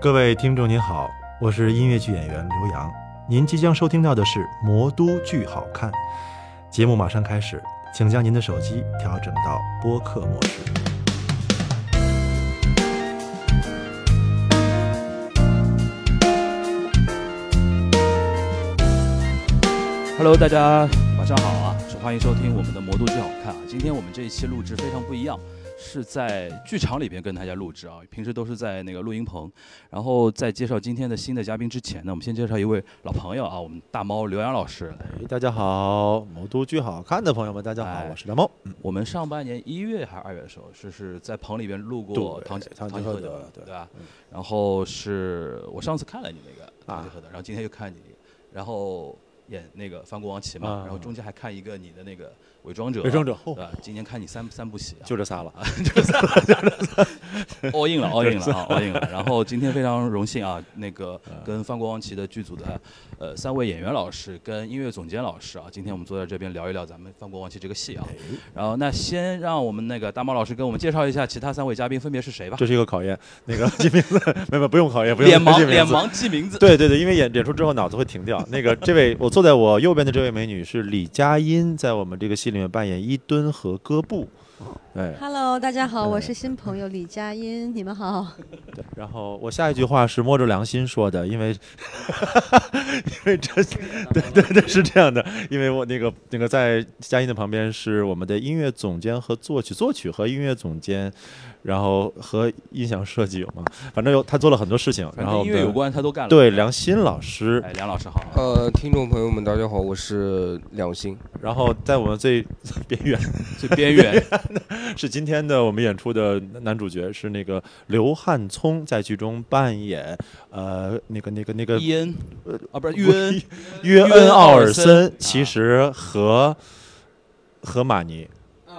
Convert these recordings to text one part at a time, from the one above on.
各位听众您好，我是音乐剧演员刘洋，您即将收听到的是《魔都剧好看》节目，马上开始，请将您的手机调整到播客模式。 Hello， 大家晚上好啊！欢迎收听我们的《魔都剧好看》啊！今天我们这一期录制非常不一样，是在剧场里边跟大家录制啊。平时都是在那个录音棚。然后在介绍今天的新的嘉宾之前呢，我们先介绍一位老朋友啊，我们大猫刘洋老师。 大家好，魔都剧好看的朋友们，大家好，我是大猫。 我们上半年1月还是2月的时候，是在棚里边录过唐吉诃德，对吧？然后是我上次看了你那个唐吉诃德，然后今天又看你，然后演那个翻国王旗嘛，然后中间还看一个你的那个伪装者，对吧？今年看你三部戏， 就这仨了， 就这仨，all in 了，all in 了啊，all in 了。然后今天非常荣幸啊，那个跟翻国王旗的剧组的3位演员老师跟音乐总监老师啊，今天我们坐在这边聊一聊咱们翻国王旗这个戏啊。然后那先让我们那个大猫老师跟我们介绍一下其他3位嘉宾分别是谁吧。 这是一个考验，那个记名字，没有不用考验，不用脸盲记名字。 对，因为演出之后脑子会停掉。那个这位坐在我右边的这位美女是李佳音，在我们这个戏里面扮演伊敦和哥布。 Hello， 大家好，我是新朋友李佳音，你们好。 对，然后我下一句话是摸着良心说的，因为这，对，是这样的，因为我那个在佳音的旁边是我们的音乐总监和作曲和音乐总监。然后和音响设计有吗？反正他做了很多事情，然后音乐有关他都干了。 对，梁鑫老师， 梁老师好。 听众朋友们大家好，我是梁鑫。 然后在我们最边缘是今天的我们演出的男主角是那个刘汉聪，在剧中扮演那个伊恩不是约恩奥尔森，其实和马尼。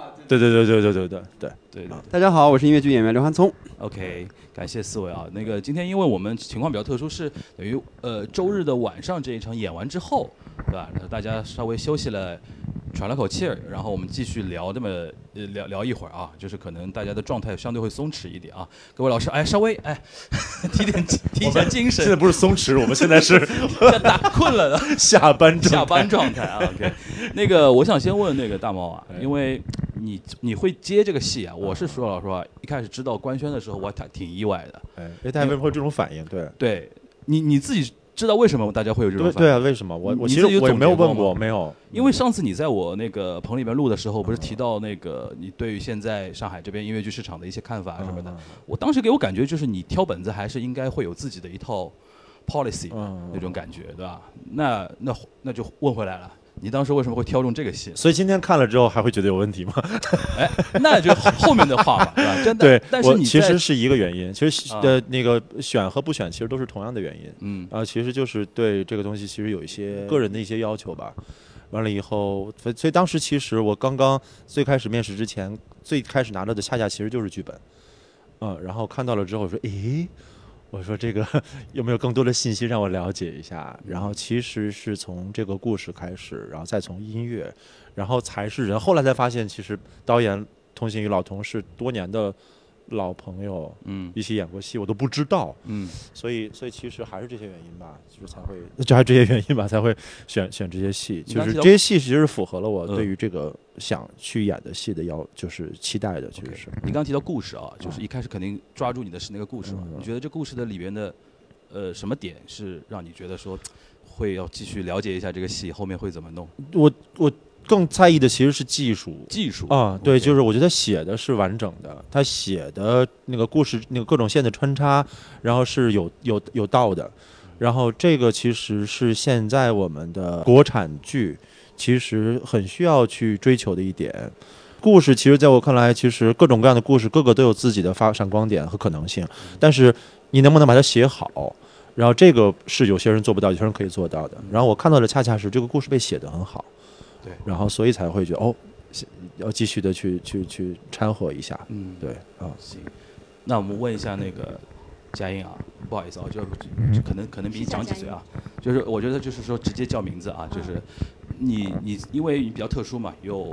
对， 大家好，我是音乐剧演员刘汉聪。 OK， 感谢4位啊。那个今天因为我们情况比较特殊，是等于周日的晚上这一场演完之后，对吧？大家稍微休息了，喘了口气儿，然后我们继续聊聊一会儿啊，就是可能大家的状态相对会松弛一点啊。各位老师，稍微提一下精神。 现在不是松弛，我们现在是打困了的下班状态啊。OK， 那个我想先问那个大猫啊，因为你会接这个戏啊？我是说老实话，一开始知道官宣的时候，我挺意外的。 大家为什么会有这种反应？ 对，你自己知道为什么大家会有这种反应？ 对啊，为什么？我其实我也没有问过，没有。 因为上次你在我那个棚里面录的时候，不是提到那个你对于现在上海这边音乐剧市场的一些看法什么的，我当时给我感觉就是你挑本子还是应该会有自己的一套 policy 那种感觉，对吧？那就问回来了。你当时为什么会挑中这个戏？ 所以今天看了之后还会觉得有问题吗？ 那就后面的话吧，对吧？真的。 对， 但是你其实是一个原因，其实那个选和不选其实都是同样的原因。其实就是对这个东西其实有一些个人的一些要求吧。完了以后，所以当时其实我刚刚最开始面试之前，最开始拿到的恰恰其实就是剧本。然后看到了之后说，我说这个有没有更多的信息让我了解一下？然后其实是从这个故事开始，然后再从音乐，然后才是人。后来才发现，其实导演佟欣宇老同是多年的老朋友，一起演过戏，我都不知道，所以其实还是这些原因吧，就是才会，就还是这些原因吧，才会选这些戏，就是这些戏其实符合了我对于这个想去演的戏的就是期待的，其实是。 你刚提到故事啊，就是一开始肯定抓住你的是那个故事嘛，你觉得这故事的里边的什么点是让你觉得说会要继续了解一下这个戏后面会怎么弄？ 我更在意的其实是技术啊，对，就是我觉得写的是完整的，他写的那个故事那个各种线的穿插，然后是有道的，然后这个其实是现在我们的国产剧其实很需要去追求的一点。故事其实在我看来，其实各种各样的故事，各个都有自己的发闪光点和可能性，但是你能不能把它写好？然后这个是有些人做不到，有些人可以做到的。然后我看到的恰恰是这个故事被写得很好。 对， 然后所以才会觉得要继续的去掺和一下。对啊， 行。那我们问一下那个佳音啊，不好意思啊，就可能比你长几岁啊，就是我觉得就是说直接叫名字啊，就是你因为你比较特殊嘛，有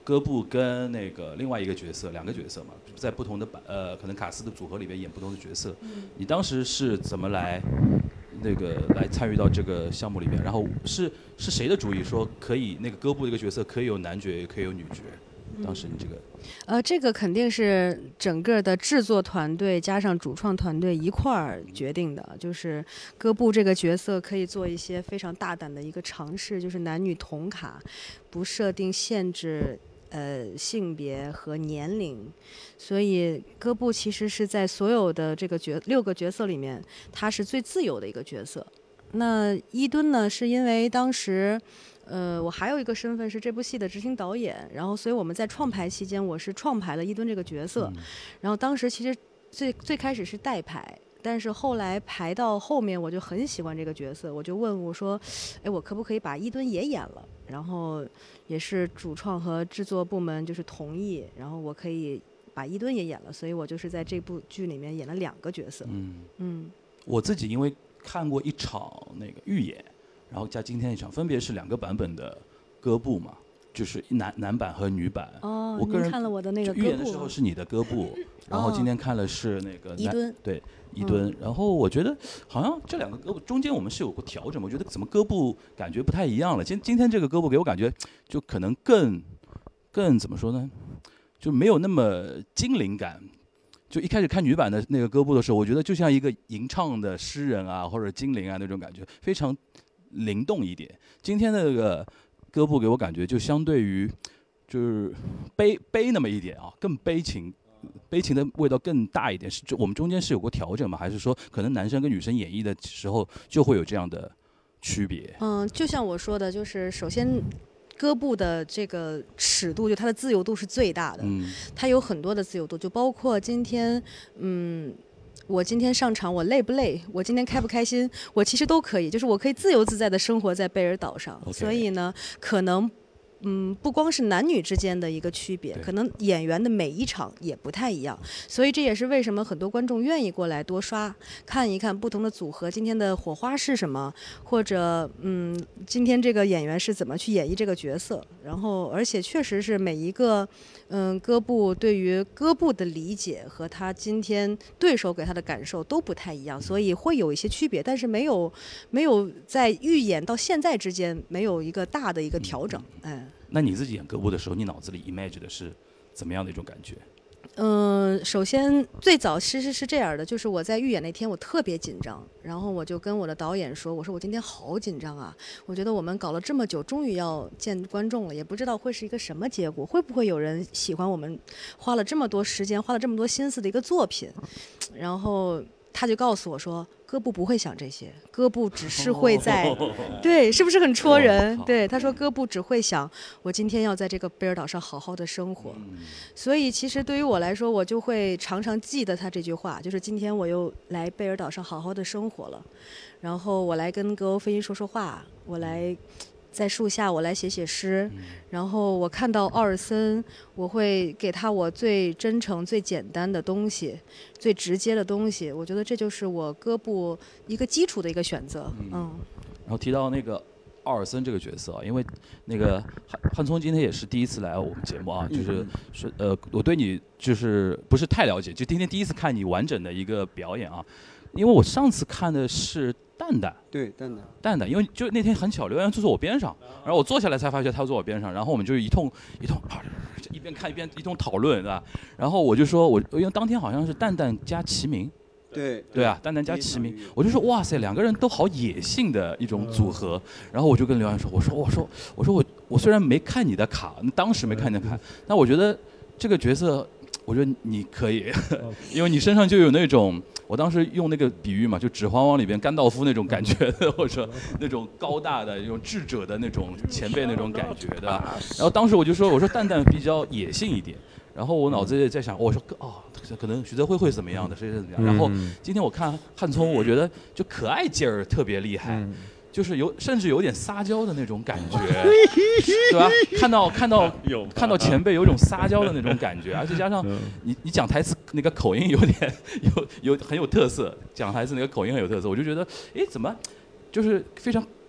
哥布跟那个另外一个角色两个角色嘛，在不同的可能卡斯的组合里边演不同的角色。你当时是怎么来参与到这个项目里边？然后是谁的主意说可以那个哥布这个角色可以有男角也可以有女角？当时你这个肯定是整个的制作团队加上主创团队一块儿决定的，就是哥布这个角色可以做一些非常大胆的一个尝试，就是男女同卡，不设定限制性别和年龄，所以哥布其实是在所有的这个6个角色里面，他是最自由的一个角色。那伊敦呢，是因为当时我还有一个身份是这部戏的执行导演，然后所以我们在创排期间，我是创排了伊敦这个角色，然后当时其实最开始是代排，但是后来排到后面我就很喜欢这个角色，我就问我说，哎，我可不可以把伊敦也演了？然后也是主创和制作部门就是同意，然后我可以把伊敦也演了，所以我就是在这部剧里面演了2个角色。 我自己因为看过一场那个预演，然后加今天一场，分别是2个版本的哥布嘛，就是男版和女版。 哦， 我个人看了我的那个哥布。 预演的时候是你的哥布，然后今天看了是那个伊敦。 对，伊敦。然后我觉得好像这2个哥布中间我们是有过调整，我觉得怎么哥布感觉不太一样了。今天这个哥布给我感觉就可能更怎么说呢，就没有那么精灵感。就一开始看女版的那个哥布的时候，我觉得就像一个吟唱的诗人啊，或者精灵啊那种感觉，非常灵动一点。今天的那个哥布给我感觉就相对于就是悲那么一点啊，更悲情的味道更大一点。是我们中间是有过调整吗？还是说可能男生跟女生演绎的时候就会有这样的区别？ 就像我说的，就是首先哥布的这个尺度，就它的自由度是最大的，它有很多的自由度，就包括今天，我今天上场，我累不累，我今天开不开心，我其实都可以，就是我可以自由自在的生活在贝尔岛上。所以呢，可能不光是男女之间的一个区别，可能演员的每一场也不太一样，所以这也是为什么很多观众愿意过来多刷看一看不同的组合今天的火花是什么，或者今天这个演员是怎么去演绎这个角色。然后而且确实是每一个哥布对于哥布的理解和他今天对手给他的感受都不太一样，所以会有一些区别，但是没有在预演到现在之间没有一个大的一个调整。 那你自己演哥布的时候，你脑子里 imagine 的是怎么样的一种感觉？ 首先最早其实是这样的，就是我在预演那天我特别紧张，然后我就跟我的导演说，我说我今天好紧张啊，我觉得我们搞了这么久，终于要见观众了，也不知道会是一个什么结果，会不会有人喜欢我们花了这么多时间花了这么多心思的一个作品。然后他就告诉我说，哥布不会想这些，哥布只是会在对，是不是很戳人？对，他说哥布只会想我今天要在这个贝尔岛上好好的生活。所以其实对于我来说，我就会常常记得他这句话，就是今天我又来贝尔岛上好好的生活了，然后我来跟格欧菲因说说话，我来在树下我来写诗，然后我看到奥尔森，我会给他我最真诚最简单的东西，最直接的东西，我觉得这就是我哥布一个基础的一个选择。 然后提到那个奥尔森这个角色啊，因为那个汉聪今天也是第一次来我们节目啊，就是我对你就是不是太了解，就今天第一次看你完整的一个表演啊，因为我上次看的是蛋蛋， 对， 蛋蛋，因为就那天很巧，刘洋坐在我边上，然后我坐下来才发现他坐我边上，然后我们就一通一边看一边一通讨论，对吧？然后我就说因为当天好像是蛋蛋加齐名。对啊，蛋蛋加齐名，我就说哇塞，两个人都好野性的一种组合。然后我就跟刘洋说，我虽然没看你的卡，当时没看你的卡，但我觉得这个角色，我觉得你可以，因为你身上就有那种，我当时用那个比喻嘛，就《指环王》里边甘道夫那种感觉的，或者那种高大的、那种智者的那种前辈那种感觉的。然后当时我说蛋蛋比较野性一点。然后我脑子也在想，我说可能徐泽辉会怎么样的，谁怎么样？然后今天我看汉聪，我觉得就可爱劲儿特别厉害，就是甚至有点撒娇的那种感觉，对吧？看到前辈有一种撒娇的那种感觉，而且加上你讲台词那个口音有点很有特色，讲台词那个口音很有特色，我就觉得怎么就是非常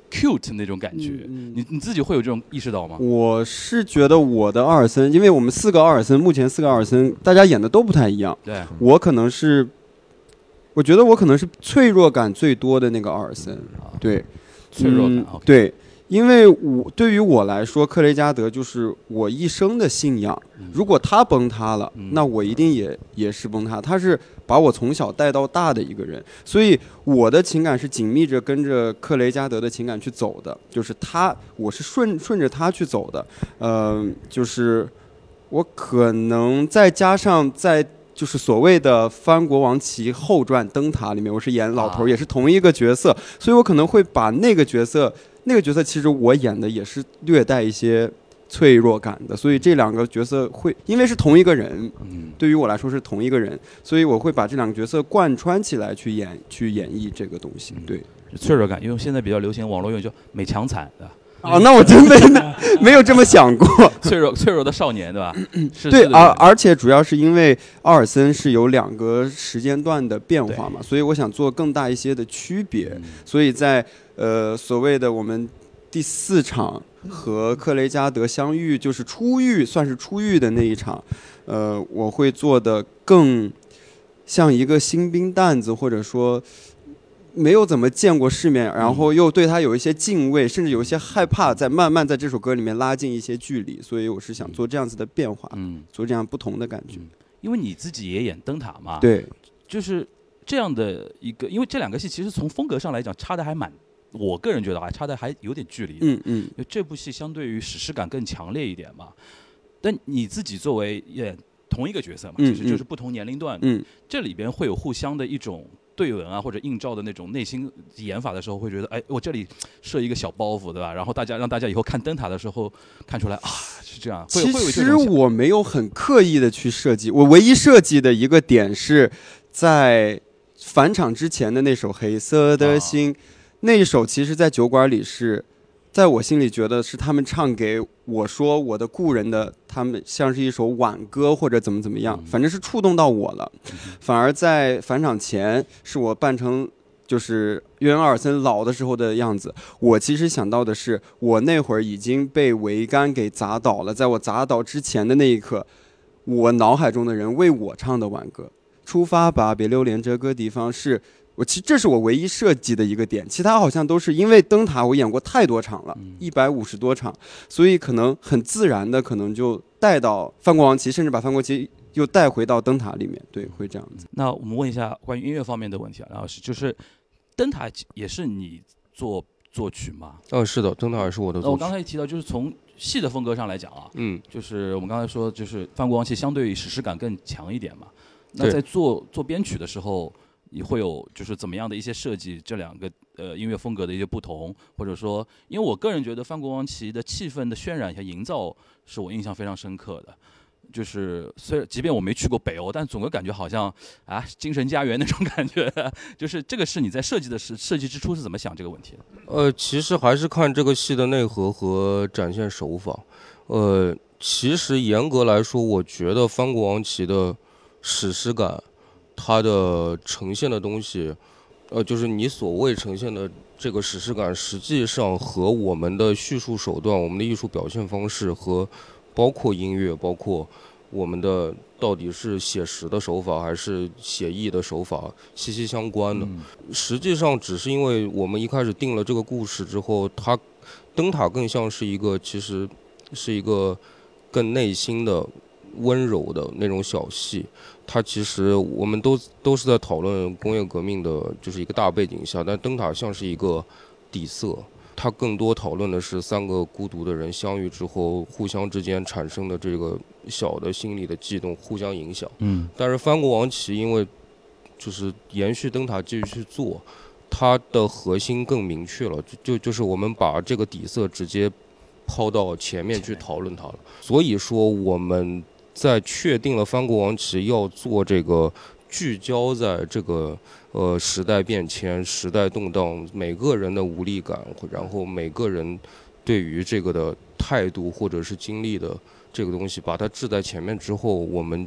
cute 那种感觉。你自己会有这种意识到吗？ 我是觉得我的阿尔森，因为我们目前4个阿尔森，大家演的都不太一样。 对， 我觉得我可能是脆弱感最多的那个阿尔森。对， 脆弱感。 对。因为对于我来说，克雷加德就是我一生的信仰。如果他崩塌了，那我一定也是崩塌。他是把我从小带到大的一个人，所以我的情感是紧密着跟着克雷加德的情感去走的，就是我是顺着他去走的。就是我可能再加上就是所谓的藩国王旗后传灯塔里面，我是演老头，也是同一个角色，所以我可能会把那个角色其实我演的也是略带一些脆弱感的，所以这两个角色因为是同一个人，对于我来说是同一个人，所以我会把这两个角色贯穿起来去演绎这个东西。对， 脆弱感，因为现在比较流行网络用语叫美强惨的。 那我真没有这么想过。 脆弱的少年，对吧？ 对，而且主要是因为奥尔森是有2个时间段的变化嘛，所以我想做更大一些的区别。所以在所谓的我们第4场和克雷加德相遇，就是算是出狱的那一场，我会做的更像一个新兵蛋子，或者说没有怎么见过世面，然后又对他有一些敬畏，甚至有一些害怕，慢慢在这首歌里面拉近一些距离，所以我是想做这样子的变化，做这样不同的感觉。 因为你自己也演灯塔嘛， 对， 就是这样的一个，因为这2个戏其实从风格上来讲差的还我个人觉得差的还有点距离。因为这部戏相对于史诗感更强烈一点嘛，但你自己作为演同一个角色嘛，其实就是不同年龄段，这里边会有互相的一种对文啊或者映照的那种内心演法的时候，会觉得我这里设一个小包袱，对吧？然后让大家以后看灯塔的时时候看出来是这样。 其实我没有很刻意的去设计，我唯一设计的一个点是在返场之前的那首《黑色的心》，那一首其实在酒馆里是在我心里觉得是他们唱给我说我的故人的，他们像是一首挽歌或者怎么样，反正是触动到我了。反而在返场前是我扮成就是约恩·阿尔森老的时候的样子。我其实想到的是，我那会儿已经被桅杆给砸倒了，在我砸倒之前的那一刻，我脑海中的人为我唱的挽歌，出发吧，别留恋这个地方，这是我唯一设计的一个点，其他好像都是因为灯塔我演过太多场了，150多场，所以可能很自然的可能就带到藩国王旗，甚至把藩国旗又带回到灯塔里面，对，会这样子。 那我们问一下关于音乐方面的问题啊，然后就是灯塔也是你作曲吗？ 是的，灯塔也是我的作曲。 我刚才提到就是从戏的风格上来讲就是我们刚才说就是藩国王旗相对于史诗感更强一点嘛，那在做编曲的时候你会有就是怎么样的一些设计这2个音乐风格的一些不同，或者说因为我个人觉得藩国王旗的气氛的渲染和营造是我印象非常深刻的，就是即便我没去过北欧，但总的感觉好像精神家园那种感觉，就是这个是你在设计之初是怎么想这个问题的？ 其实还是看这个戏的内核和展现手法。其实严格来说，我觉得藩国王旗的史诗感它的呈现的东西，就是你所谓呈现的这个史诗感，实际上和我们的叙述手段、我们的艺术表现方式和包括音乐、包括我们的到底是写实的手法还是写意的手法息息相关的。实际上，只是因为我们一开始定了这个故事之后，它灯塔更像是一个，其实是一个更内心的、温柔的那种小戏。它其实我们都是在讨论工业革命的，就是一个大背景下，但灯塔像是一个底色，它更多讨论的是3个孤独的人相遇之后，互相之间产生的这个小的心理的悸动，互相影响。但是藩国王旗因为就是延续灯塔继续去做，它的核心更明确了，就是我们把这个底色直接抛到前面去讨论它了。所以说我们在确定了藩国王旗要做这个聚焦在这个时代变迁、时代动荡，每个人的无力感，然后每个人对于这个的态度或者是经历的这个东西，把它置在前面之后，我们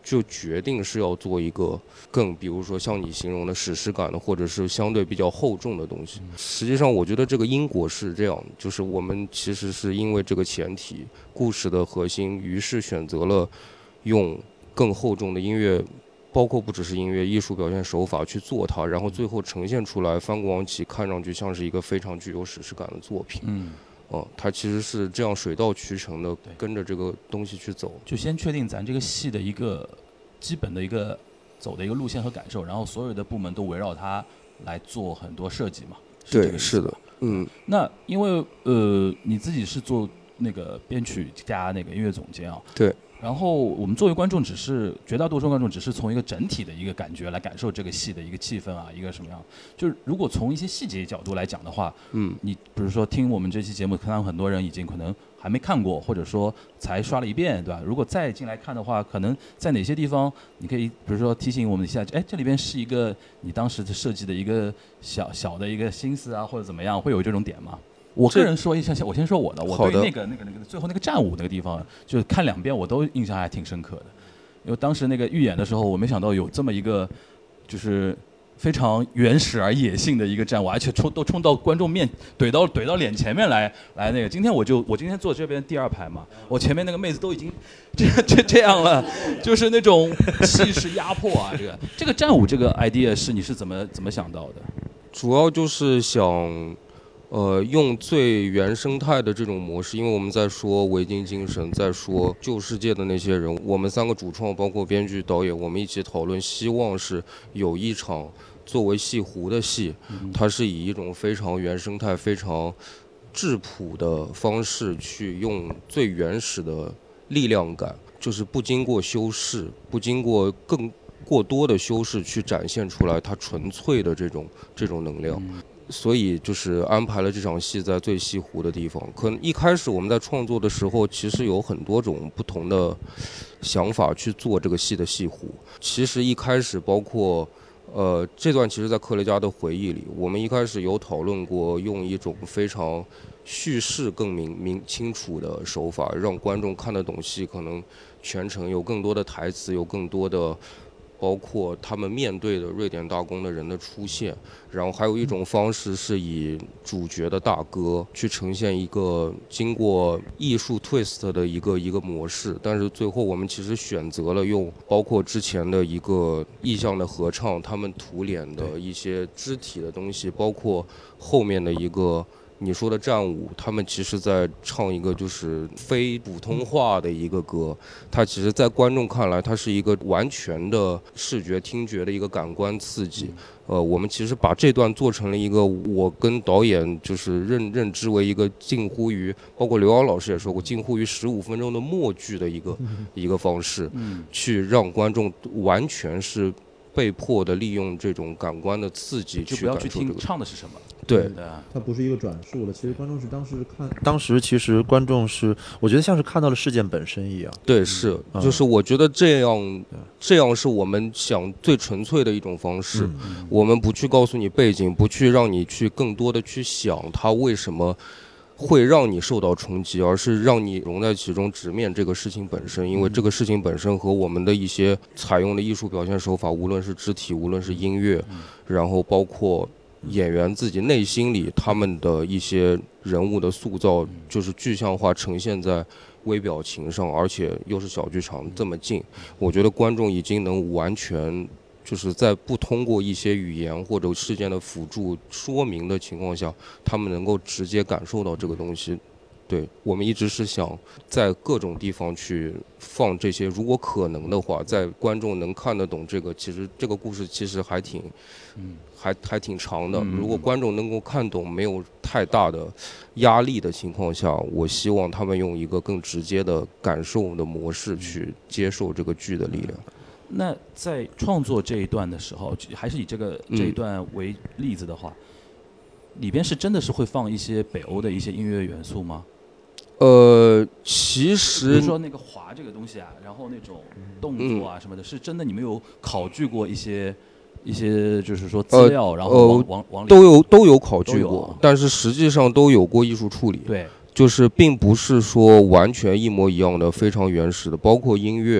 就决定是要做一个更，比如说像你形容的史诗感的，或者是相对比较厚重的东西。实际上，我觉得这个因果是这样，就是我们其实是因为这个前提，故事的核心，于是选择了用更厚重的音乐，包括不只是音乐艺术表现手法去做它，然后最后呈现出来，《翻过王旗》看上去像是一个非常具有史诗感的作品。它其实是这样水到渠成的跟着这个东西去走， 就先确定咱这个戏的一个基本的一个走的一个路线和感受，然后所有的部门都围绕它来做很多设计嘛。 对，是的， 那因为你自己是做那个编曲加那个音乐总监啊， 对。 然后我们作为观众，绝大多数观众只是从一个整体的一个感觉来感受这个戏的一个气氛啊，一个什么样。就是如果从一些细节角度来讲的话，你比如说听我们这期节目，可能很多人已经可能还没看过，或者说才刷了一遍，对吧？如果再进来看的话，可能在哪些地方你可以，比如说提醒我们一下，这里边是一个你当时设计的一个小的一个心思啊，或者怎么样，会有这种点吗？我个人说一下，我先说我的，我对那个最后那个战舞那个地方，就看2遍我都印象还挺深刻的，因为当时那个预演的时候，我没想到有这么一个就是非常原始而野性的一个战舞，而且都冲到观众面怼到脸前面来那个。今天我今天坐这边第2排嘛，我前面那个妹子都已经这样了，就是那种气势压迫啊。这个战舞这个 idea 你是怎么想到的？ 主要就是想。用最原生态的这种模式，因为我们在说维京精神，在说旧世界的那些人，我们3个主创包括编剧导演，我们一起讨论，希望是有一场作为戏湖的戏，它是以一种非常原生态、非常质朴的方式去用最原始的力量感，就是不经过修饰，不经过过多的修饰去展现出来它纯粹的这种能量。所以就是安排了这场戏在最西湖的地方。可能一开始我们在创作的时候，其实有很多种不同的想法去做这个戏的西湖。其实一开始包括这段其实在克雷加的回忆里，我们一开始有讨论过用一种非常叙事更清楚的手法，让观众看得懂戏，可能全程有更多的台词，有更多的包括他们面对的瑞典大公的人的出现，然后还有一种方式是以主角的大哥去呈现一个经过艺术 twist 的一个模式，但是最后我们其实选择了用包括之前的一个意象的合唱，他们涂脸的一些肢体的东西，包括后面的一个你说的战舞，他们其实在唱一个就是非普通话的一个歌，它其实在观众看来它是一个完全的视觉听觉的一个感官刺激。我们其实把这段做成了一个我跟导演就是认知为一个近乎于，包括刘洋老师也说过，近乎于15分钟的默剧的一个方式，去让观众完全是被迫的利用这种感官的刺激去感受这个，就不要去听唱的是什么。 对， 它不是一个转述了，其实观众是当时其实观众是，我觉得像是看到了事件本身一样。 对，是，就是我觉得这样是我们想最纯粹的一种方式。我们不去告诉你背景，不去让你去更多的去想它为什么会让你受到冲击，而是让你融在其中，直面这个事情本身。因为这个事情本身和我们的一些采用的艺术表现手法，无论是肢体，无论是音乐，然后包括演员自己内心里他们的一些人物的塑造，就是具象化呈现在微表情上，而且又是小剧场这么近，我觉得观众已经能完全就是在不通过一些语言或者事件的辅助说明的情况下，他们能够直接感受到这个东西。对，我们一直是想在各种地方去放这些，如果可能的话，在观众能看得懂这个，其实这个故事其实还挺长的。如果观众能够看懂，没有太大的压力的情况下，我希望他们用一个更直接的感受的模式去接受这个剧的力量。 那在创作这一段的时候，还是以这一段为例子的话，里边是真的是会放一些北欧的一些音乐元素吗？ 其实比如说那个滑这个东西啊，然后那种动作啊什么的，是真的你们有考据过一些就是说资料，然后往里都有考据过，但是实际上都有过艺术处理。 对， 就是并不是说完全一模一样的非常原始的，包括音乐，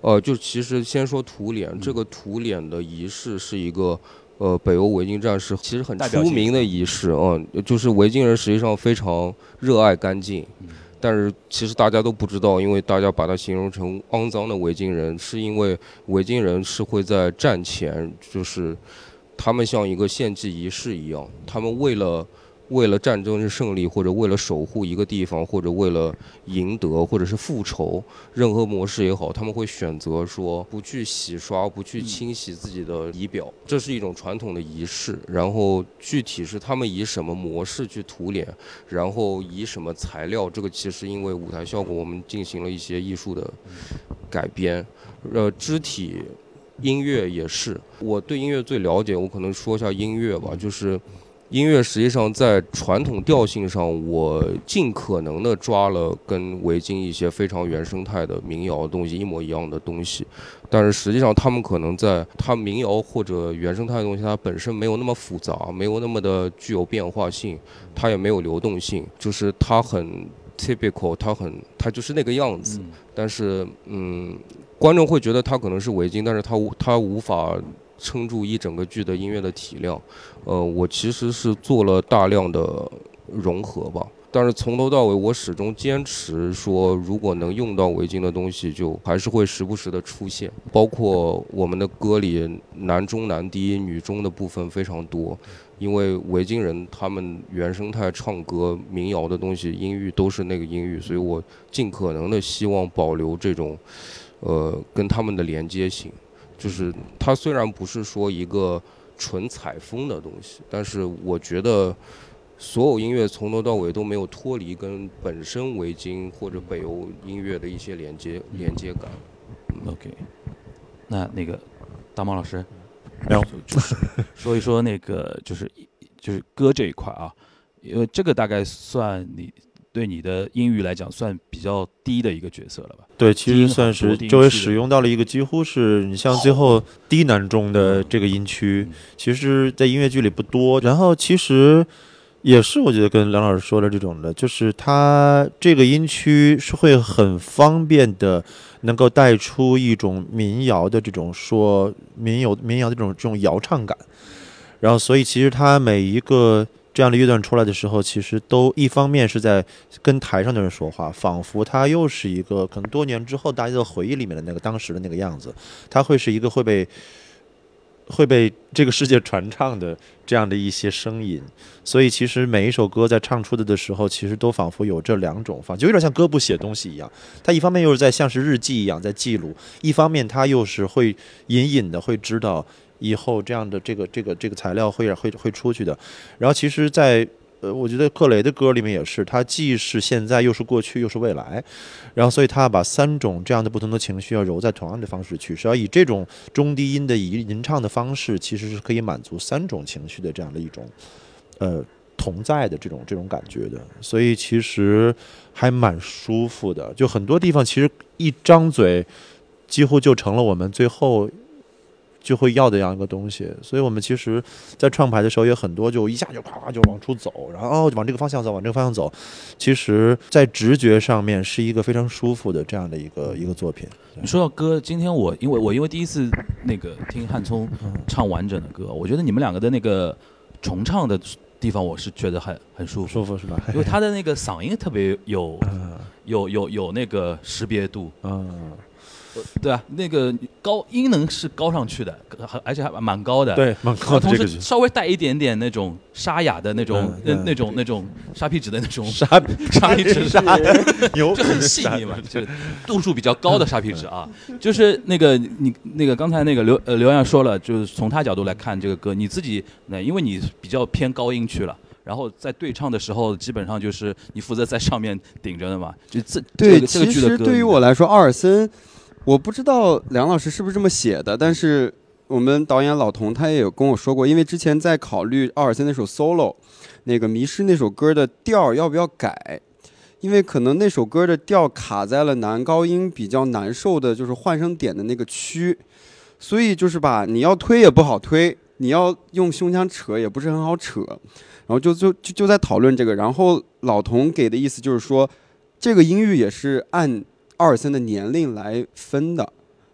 就其实先说图脸，这个图脸的仪式是一个北欧维京战士其实很出名的仪式就是维京人实际上非常热爱干净，但是其实大家都不知道，因为大家把它形容成肮脏的维京人，是因为维京人是会在战前，就是他们像一个献祭仪式一样，他们为了战争的胜利，或者为了守护一个地方，或者为了赢得，或者是复仇，任何模式也好，他们会选择说不去洗刷，不去清洗自己的仪表，这是一种传统的仪式。然后具体是他们以什么模式去涂脸，然后以什么材料，这个其实因为舞台效果我们进行了一些艺术的改编，肢体音乐也是。我对音乐最了解，我可能说一下音乐吧，就是音乐实际上在传统调性上，我尽可能的抓了跟维京一些非常原生态的民谣的东西一模一样的东西，但是实际上他们可能在它民谣或者原生态的东西，它本身没有那么复杂，没有那么的具有变化性，它也没有流动性，就是它很 typical， 它就是那个样子。但是观众会觉得它可能是维京，但是它无法撑住一整个剧的音乐的体量。我其实是做了大量的融合吧，但是从头到尾我始终坚持说，如果能用到维京的东西，就还是会时不时的出现。包括我们的歌里男中男低女中的部分非常多，因为维京人他们原生态唱歌民谣的东西音域都是那个音域，所以我尽可能的希望保留这种跟他们的连接性。就是它虽然不是说一个纯采风的东西，但是我觉得所有音乐从头到尾都没有脱离跟本身维京或者北欧音乐的一些连接感。 OK， 那个大猫老师， 没有， 就是说一说那个就是歌这一块啊，因为这个大概算对你的音域来讲算比较低的一个角色了吧？ 对，其实算是周围使用到了一个几乎是你像最后低难中的这个音区，其实在音乐剧里不多。然后其实也是我觉得跟梁老师说的这种的，就是它这个音区是会很方便的，能够带出一种民谣的这种说民谣的这种摇唱感。然后所以其实它每一个这样的乐段出来的时候，其实都一方面是在跟台上的人说话，仿佛它又是一个可能多年之后大家的回忆里面的那个当时的那个样子，它会是一个会被这个世界传唱的这样的一些声音。所以其实每一首歌在唱出的时候，其实都仿佛有这两种方，就有点像歌不写东西一样。它一方面又是在像是日记一样在记录，一方面它又是会隐隐的会知道以后这样的这个材料会出去的。然后其实在我觉得克雷的歌里面也是，它既是现在又是过去又是未来，然后所以他把三种这样的不同的情绪要揉在同样的方式去，是要以这种中低音的吟唱的方式，其实是可以满足三种情绪的这样的一种同在的这种感觉的。所以其实还蛮舒服的，就很多地方其实一张嘴几乎就成了我们最后就会要的这样一个东西。所以我们其实在创排的时候也很多就一下就夸夸就往出走，然后往这个方向走，其实在直觉上面是一个非常舒服的这样的一个作品。 你说到歌，今天因为第一次那个听汉聪唱完整的歌，我觉得你们两个的那个重唱的地方我是觉得很舒服是吧？ 因为他的那个嗓音特别有那个识别度。对啊，那个高音能是高上去的，而且还蛮高的。 对，蛮高的。 同时稍微带一点点那种沙哑的那种那种沙皮纸的那种沙皮纸就很细腻嘛，就是度数比较高的沙皮纸啊。就是那个你那个刚才那个刘洋说了，就是从他角度来看这个歌，你自己因为你比较偏高音区了。然后在对唱的时候，基本上就是你负责在上面顶着的嘛。就这个剧的歌， 其实对于我来说，奥尔森，我不知道梁老师是不是这么写的，但是我们导演老童他也有跟我说过，因为之前在考虑奥尔森那首 solo， 那个迷失那首歌的调要不要改，因为可能那首歌的调卡在了男高音比较难受的，就是换声点的那个区，所以就是吧，你要推也不好推，你要用胸腔扯也不是很好扯。然后就在讨论这个，然后老童给的意思就是说，这个音域也是按奥尔森的年龄来分的，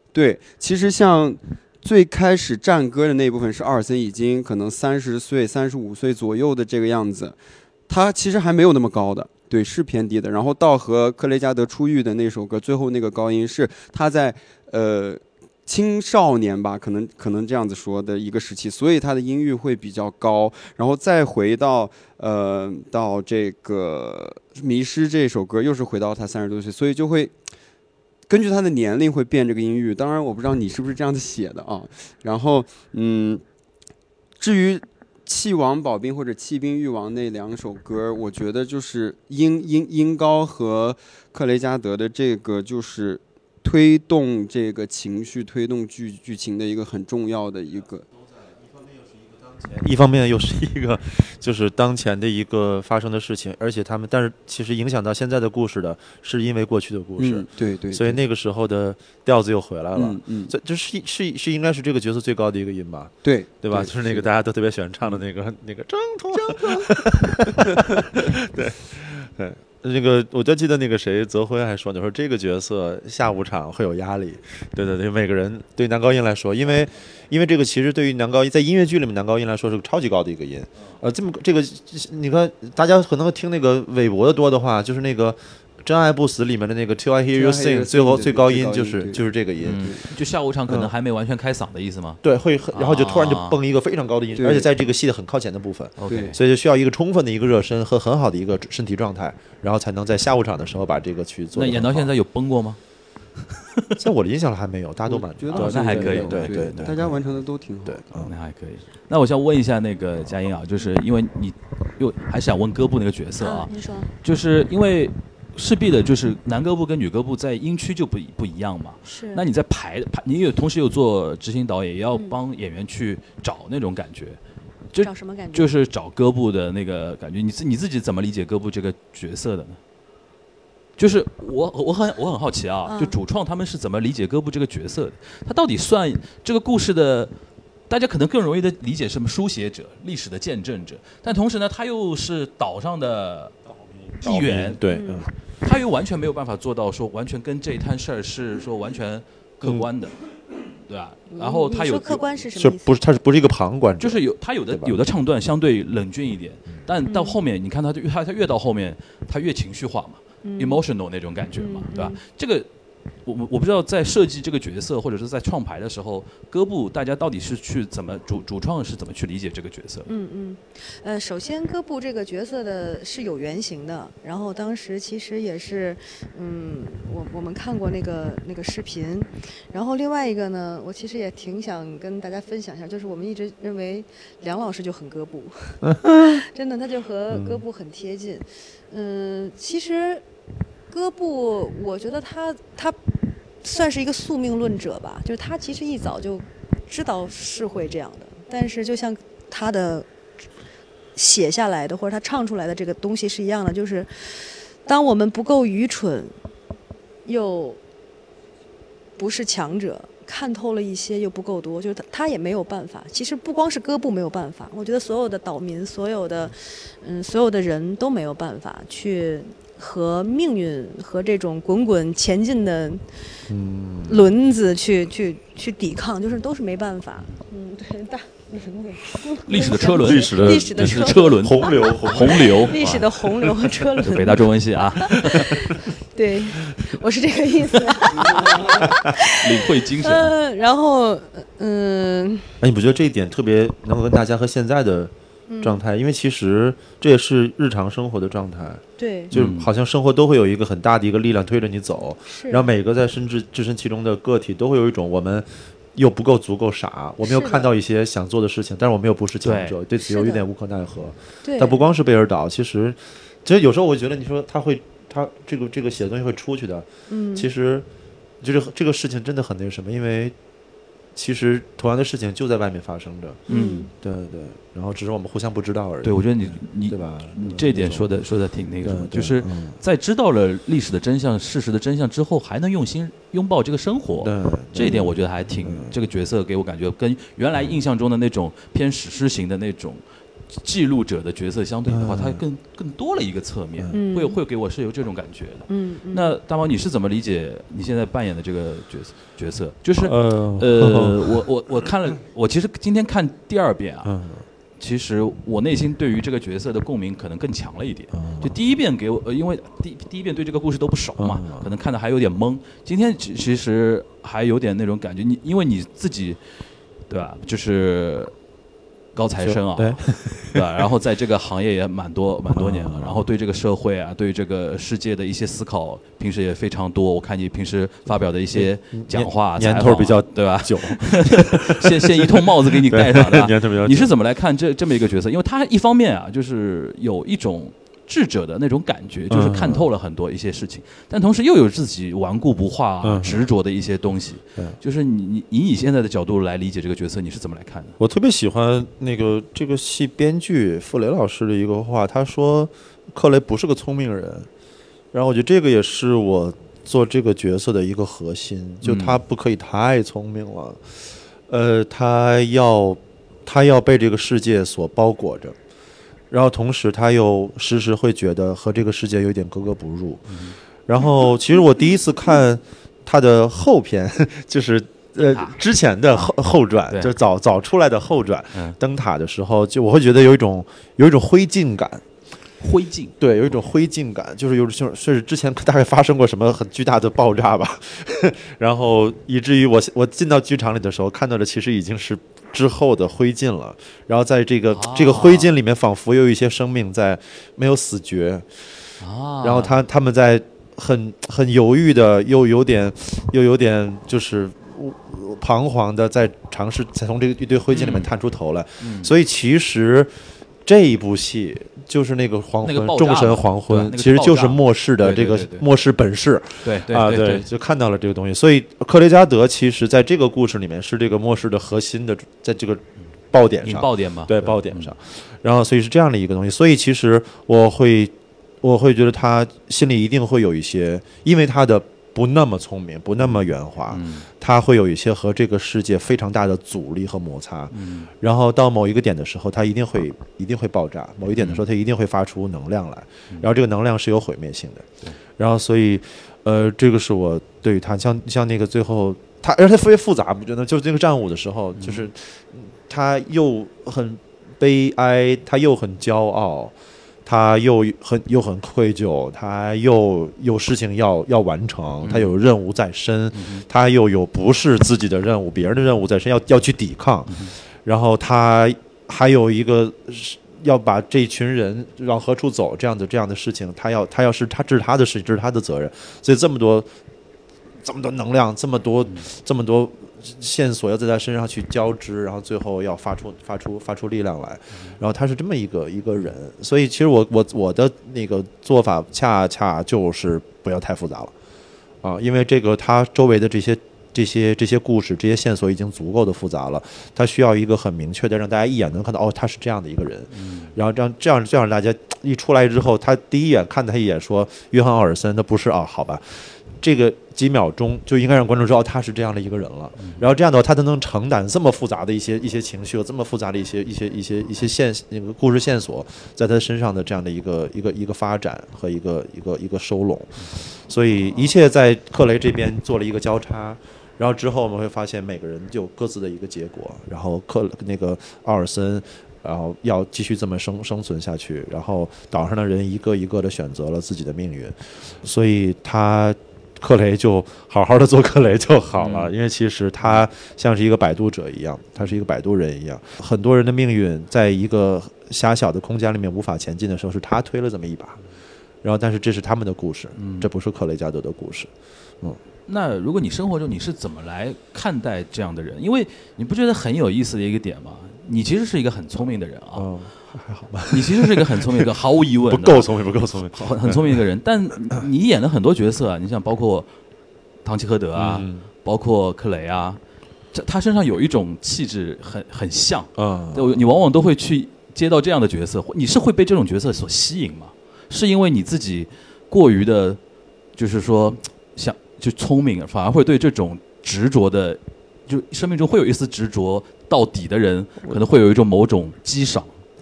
对，其实像最开始战歌的那部分是阿尔森已经可能30岁、35岁左右的这个样子，他其实还没有那么高的，对，是偏低的。然后到和克雷加德出狱的那首歌，最后那个高音是他在青少年吧，可能这样子说的一个时期，所以他的音域会比较高。然后再回到到这个迷失这首歌，又是回到他30多岁，所以就会根据他的年龄会变这个音域。当然我不知道你是不是这样子写的啊。然后至于弃王保兵或者弃兵欲王那2首歌，我觉得就是音高和克雷加德的这个就是推动这个情绪、推动剧情的一个很重要的一个。 一方面又是一个就是当前的一个发生的事情，而且但是其实影响到现在的故事的是因为过去的故事， 对， 所以那个时候的调子又回来了，这是应该是这个角色最高的一个音吧，对吧？就是那个大家都特别喜欢唱的那个挣脱，对。那个我就记得那个谁泽辉还说，你说这个角色下午场会有压力，对，每个人对男高音来说，因为这个其实对于男高音在音乐剧里面男高音来说是个超级高的一个音，这个你看大家可能听那个韦伯的多的话，就是那个真爱不死里面的那个 Till I Hear You Sing， 最后最高音就是这个音， 就下午场可能还没完全开嗓的意思吗？ 对，会然后就突然就蹦一个非常高的音，而且在这个戏的很靠前的部分，所以就需要一个充分的一个热身和很好的一个身体状态，然后才能在下午场的时候把这个去做。 那演到现在有崩过吗？ 在我的印象还没有，大家都蛮觉得那还可以， 对，大家完成的都挺好， 对， 那还可以。那我想问一下那个佳音啊，就是因为你又还想问歌部那个角色啊， 你说， 就是因为势必的就是男歌部跟女歌部在音区就不一样嘛。 是。 那你在排，你同时有做执行导演，也要帮演员去找那种感觉。 找什么感觉？ 就是找歌部的那个感觉。你自己怎么理解歌部这个角色的呢？就是我很好奇啊，就主创他们是怎么理解歌部这个角色的？他到底算这个故事的？大家可能更容易的理解什么书写者、历史的见证者，但同时呢，他又是岛上的议员， 对， 他又完全没有办法做到说完全跟这一摊事儿是说完全客观的，对吧？然后他有客观是什么意思？ 他不是一个旁观者， 就是有的唱段相对冷峻一点，但到后面你看他越到后面，他越情绪化嘛。emotional 那种感觉嘛，对吧？这个我不知道在设计这个角色或者是在创排的时候，歌部大家到底是去怎么主创是怎么去理解这个角色？ 首先歌部这个角色的是有原型的，然后当时其实也是，我们看过那个视频，然后另外一个呢，我其实也挺想跟大家分享一下，就是我们一直认为梁老师就很歌部，真的他就和歌部很贴近，其实。歌部，我觉得他算是一个宿命论者吧，就是他其实一早就知道是会这样的，但是就像他的写下来的或者他唱出来的这个东西是一样的，就是当我们不够愚蠢，又不是强者，看透了一些又不够多，就是他也没有办法。其实不光是歌部没有办法，我觉得所有的岛民，所有的人都没有办法去。和命运和这种滚滚前进的轮子去抵抗，就是都是没办法。对， 历史的车轮， 历史的车轮，洪流， 历史的洪流和车轮。 北大中文系啊， 对，我是这个意思。 领会精神。 然后你不觉得这一点特别能够跟大家和现在的状态，因为其实这也是日常生活的状态。 对， 就好像生活都会有一个很大的一个力量推着你走，然后每个在置身其中的个体都会有一种我们又不够足够傻，我们又看到一些想做的事情，但是我们又不是强者，对此又有点无可奈何。但不光是贝尔岛，其实有时候我觉得你说他这个写的东西会出去的，其实就是这个事情真的很那什么，因为其实同样的事情就在外面发生着，对，然后只是我们互相不知道而已。 对，我觉得你对吧？ 你这点说的挺那个，就是在知道了历史的真相、事实的真相之后，还能用心拥抱这个生活。这一点我觉得还挺这个角色给我感觉跟原来印象中的那种偏史诗型的那种记录者的角色相对的话，它更多了一个侧面，会给我是有这种感觉的。那大毛，你是怎么理解你现在扮演的这个角色？就是我看了，我其实今天看第2遍啊。其实我内心对于这个角色的共鸣可能更强了一点。就第1遍给我，因为第一遍对这个故事都不熟嘛，可能看的还有点懵。今天其实还有点那种感觉，因为你自己，对吧？就是高材生啊，对吧？然后在这个行业也蛮多年了，然后对这个社会啊，对这个世界的一些思考，平时也非常多。我看你平时发表的一些讲话、 年头比较对吧？ 久， 先一通帽子给你戴上，对吧？ 年头比较久。 你是怎么来看这么一个角色？因为他一方面啊，就是有一种智者的那种感觉，就是看透了很多一些事情，但同时又有自己顽固不化、执着的一些东西。就是以你现在的角度来理解这个角色，你是怎么来看的？ 我特别喜欢这个戏编剧傅雷老师的一个话，他说克雷不是个聪明人，然后我觉得这个也是我做这个角色的一个核心，就他不可以太聪明了，他要被这个世界所包裹着。然后同时他又时时会觉得和这个世界有点格格不入。然后其实我第一次看他的后篇，就是之前的后传，就早出来的后传灯塔的时候，就我会觉得有一种灰烬感。 灰烬， 对，有一种灰烬感，就是之前大概发生过什么很巨大的爆炸吧，然后以至于我进到剧场里的时候看到的其实已经是之后的灰烬了，然后在这个灰烬里面仿佛有一些生命在没有死绝，然后他们在很犹豫的又有点就是彷徨的在尝试才从这个一堆灰烬里面探出头来，所以其实这一部戏就是那个黄昏，众神黄昏，其实就是末世的这个末世本世，对，就看到了这个东西。所以克雷加德其实在这个故事里面是这个末世的核心的，在这个爆点上， 爆点嘛， 对，爆点上。然后所以是这样的一个东西。所以其实我会觉得他心里一定会有一些，因为他的不那么聪明，不那么圆滑，他会有一些和这个世界非常大的阻力和摩擦，然后到某一个点的时候，他一定会爆炸，某一点的时候，他一定会发出能量来，然后这个能量是有毁灭性的，然后所以，这个是我对于他像那个最后他，而且特别复杂，我觉得就是这个战舞的时候，就是他又很悲哀，他又很骄傲。他又很愧疚，他又有事情要完成，他有任务在身，他又有不是自己的任务，别人的任务在身，要去抵抗，然后他还有一个要把这群人往何处走这样的事情，这是他的事情，这是他的责任，所以这么多能量，这么多线索要在他身上去交织，然后最后要发出力量来，然后他是这么一个人，所以其实我的那个做法恰恰就是不要太复杂了，因为这个他周围的这些故事、这些线索已经足够的复杂了，他需要一个很明确的让大家一眼能看到，他是这样的一个人，然后这样大家一出来之后，他第一眼看他一眼说约翰·奥尔森，那不是好吧？这个几秒钟就应该让观众知道他是这样的一个人了，然后这样的话他才能承担这么复杂的一些情绪，这么复杂的一些那个故事线索在他身上的这样的一个发展和一个收拢，所以一切在克雷这边做了一个交叉，然后之后我们会发现每个人就有各自的一个结果，然后那个奥尔森。然后要继续这么生存下去，然后岛上的人一个一个的选择了自己的命运，所以克雷就好好的做克雷就好了，因为其实他像是一个摆渡者一样，他是一个摆渡人一样，很多人的命运在一个狭小的空间里面无法前进的时候，是他推了这么一把，然后但是这是他们的故事，这不是克雷加德的故事。 那如果你生活中你是怎么来看待这样的人？因为你不觉得很有意思的一个点吗？你其实是一个很聪明的人啊， 还好吧？ 你其实是一个很聪明的，毫无疑问不够聪明， 很聪明的人。但你演了很多角色啊，你像包括唐吉诃德啊，包括克雷啊，他身上有一种气质很像，你往往都会去接到这样的角色，你是会被这种角色所吸引吗？是因为你自己过于的，就是说就聪明，反而会对这种执着的，就生命中会有一丝执着到底的人，可能会有一种某种激赏。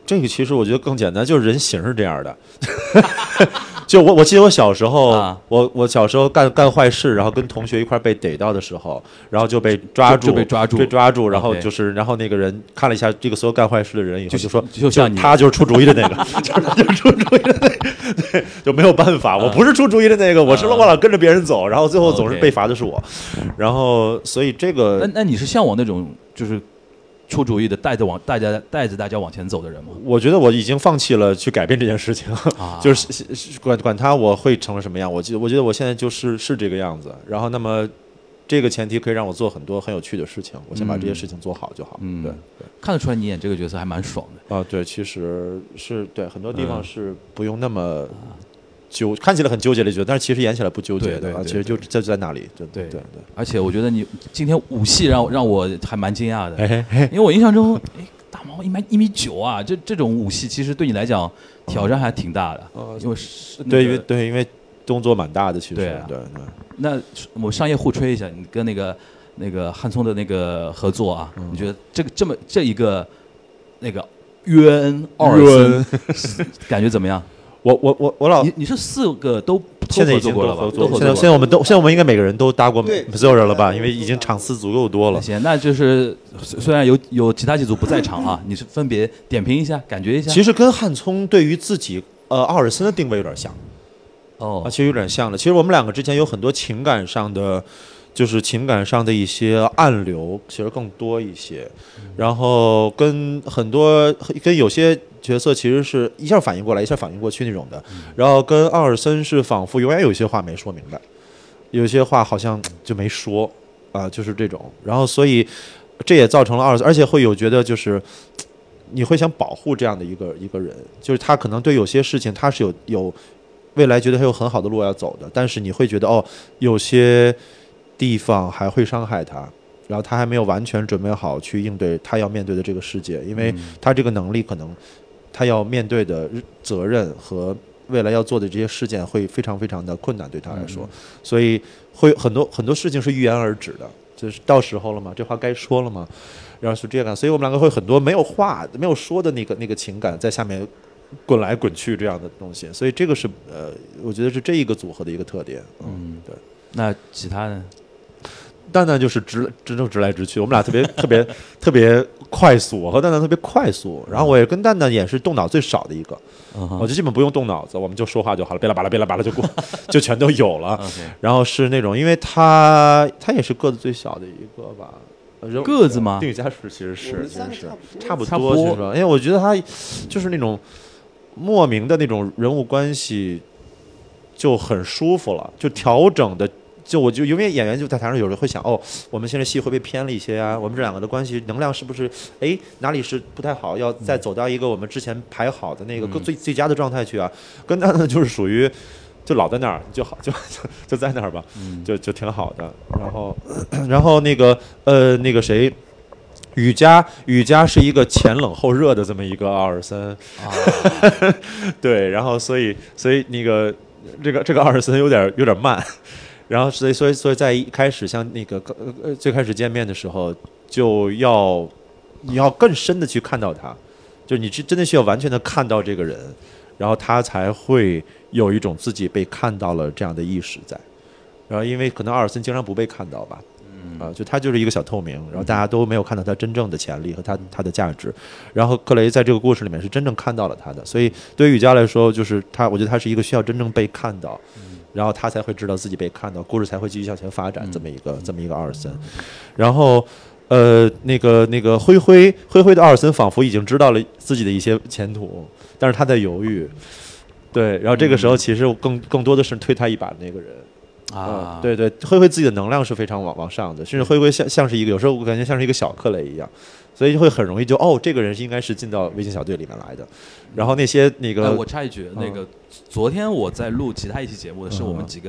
这个其实我觉得更简单，就是人形是这样的。就我记得我小时候，我小时候干坏事，然后跟同学一块被逮到的时候，然后就被抓住，然后然后那个人看了一下这个所有干坏事的人以后，就说就像你， 他就是出主意的那个，就是出主意的那个，对，就没有办法，我不是出主意的那个，我老跟着别人走，然后最后总是被罚的是我，然后所以这个， 那你是向往那种就是出主意的带着大家往前走的人吗？ 我觉得我已经放弃了去改变这件事情，就是管他我会成为什么样，我觉得我现在就是这个样子。然后那么这个前提可以让我做很多很有趣的事情，我先把这些事情做好就好。对， 看得出来你演这个角色还蛮爽的啊。对，其实是对很多地方是不用那么看起来很纠结的角色，但是其实演起来不纠结的啊，其实就在那里。对。 而且我觉得你今天武戏让我还蛮惊讶的，因为我印象中，大毛1.9米啊，这种武戏其实对你来讲挑战还挺大的，因为是因为动作蛮大的，其实对。 那我商业互吹一下，你跟那个汉聪的那个合作啊，你觉得这一个那个约恩奥尔森感觉怎么样？ 我老你是4个都现在已经合作过了吧？ 现在我们应该每个人都搭过所有人了吧？因为已经场次足够多了。 行，那就是虽然有其他几组不在场啊，你是分别点评一下，感觉一下。 其实跟汉聪对于自己奥尔森的定位有点像。其实有点像的。其实我们两个之前有很多情感上的一些暗流，其实更多一些。然后跟有些角色其实是一下反应过来，一下反应过去那种的。然后跟奥尔森是仿佛永远有些话没说明白，有些话好像就没说就是这种。然后所以这也造成了奥尔森，而且会有觉得就是你会想保护这样的一个人，就是他可能对有些事情他是有未来觉得他有很好的路要走的，但是你会觉得有些地方还会伤害他，然后他还没有完全准备好去应对他要面对的这个世界，因为他这个能力可能他要面对的责任和未来要做的这些事件会非常非常的困难对他来说，所以会很多事情是欲言而止的，就是到时候了吗？这话该说了吗？然后是这样，所以我们两个会很多没有说的那个情感在下面滚来滚去这样的东西，所以这个是我觉得是这一个组合的一个特点。对。 那其他呢？ 蛋蛋就是真正直来直去，我们俩特别快速，我和蛋蛋特别快速，然后我也跟蛋蛋也是动脑最少的一个，我就基本不用动脑子，我们就说话就好了，别啦吧啦就过，就全都有了。然后是那种，因为他也是个子最小的一个吧。 个子吗？ 丁禹嘉其实是差不多，是吧？因为我觉得他就是那种莫名的那种人物关系就很舒服了，就调整的，我就因为演员就在台上有人会想，我们现在戏会不会偏了一些啊？我们这两个的关系能量是不是哪里是不太好？要再走到一个我们之前排好的那个最佳的状态去啊？跟他呢就是属于。就老在那儿就好，就在那儿吧，就挺好的。然后那个谁，禹嘉是一个前冷后热的这么一个奥尔森，对，然后所以那个这个奥尔森有点慢，然后所以在一开始像那个最开始见面的时候，你要更深的去看到他，就是你真的需要完全的看到这个人。然后他才会有一种自己被看到了这样的意识在，然后因为可能奥尔森经常不被看到吧，就他就是一个小透明，然后大家都没有看到他真正的潜力和他的价值，然后克雷在这个故事里面是真正看到了他的，所以对于禹嘉来说，就是我觉得他是一个需要真正被看到，然后他才会知道自己被看到，故事才会继续向前发展，这么一个奥尔森，然后。那个灰灰的奥尔森仿佛已经知道了自己的一些前途，但是他在犹豫，对，然后这个时候其实更多的是推他一把的那个人对，灰灰自己的能量是非常往上的，甚至灰灰像是一个有时候我感觉像是一个小克雷一样，所以就会很容易就这个人应该是进到微型小队里面来的，然后那些那个我插一句，那个昨天我在录其他一期节目的是我们几个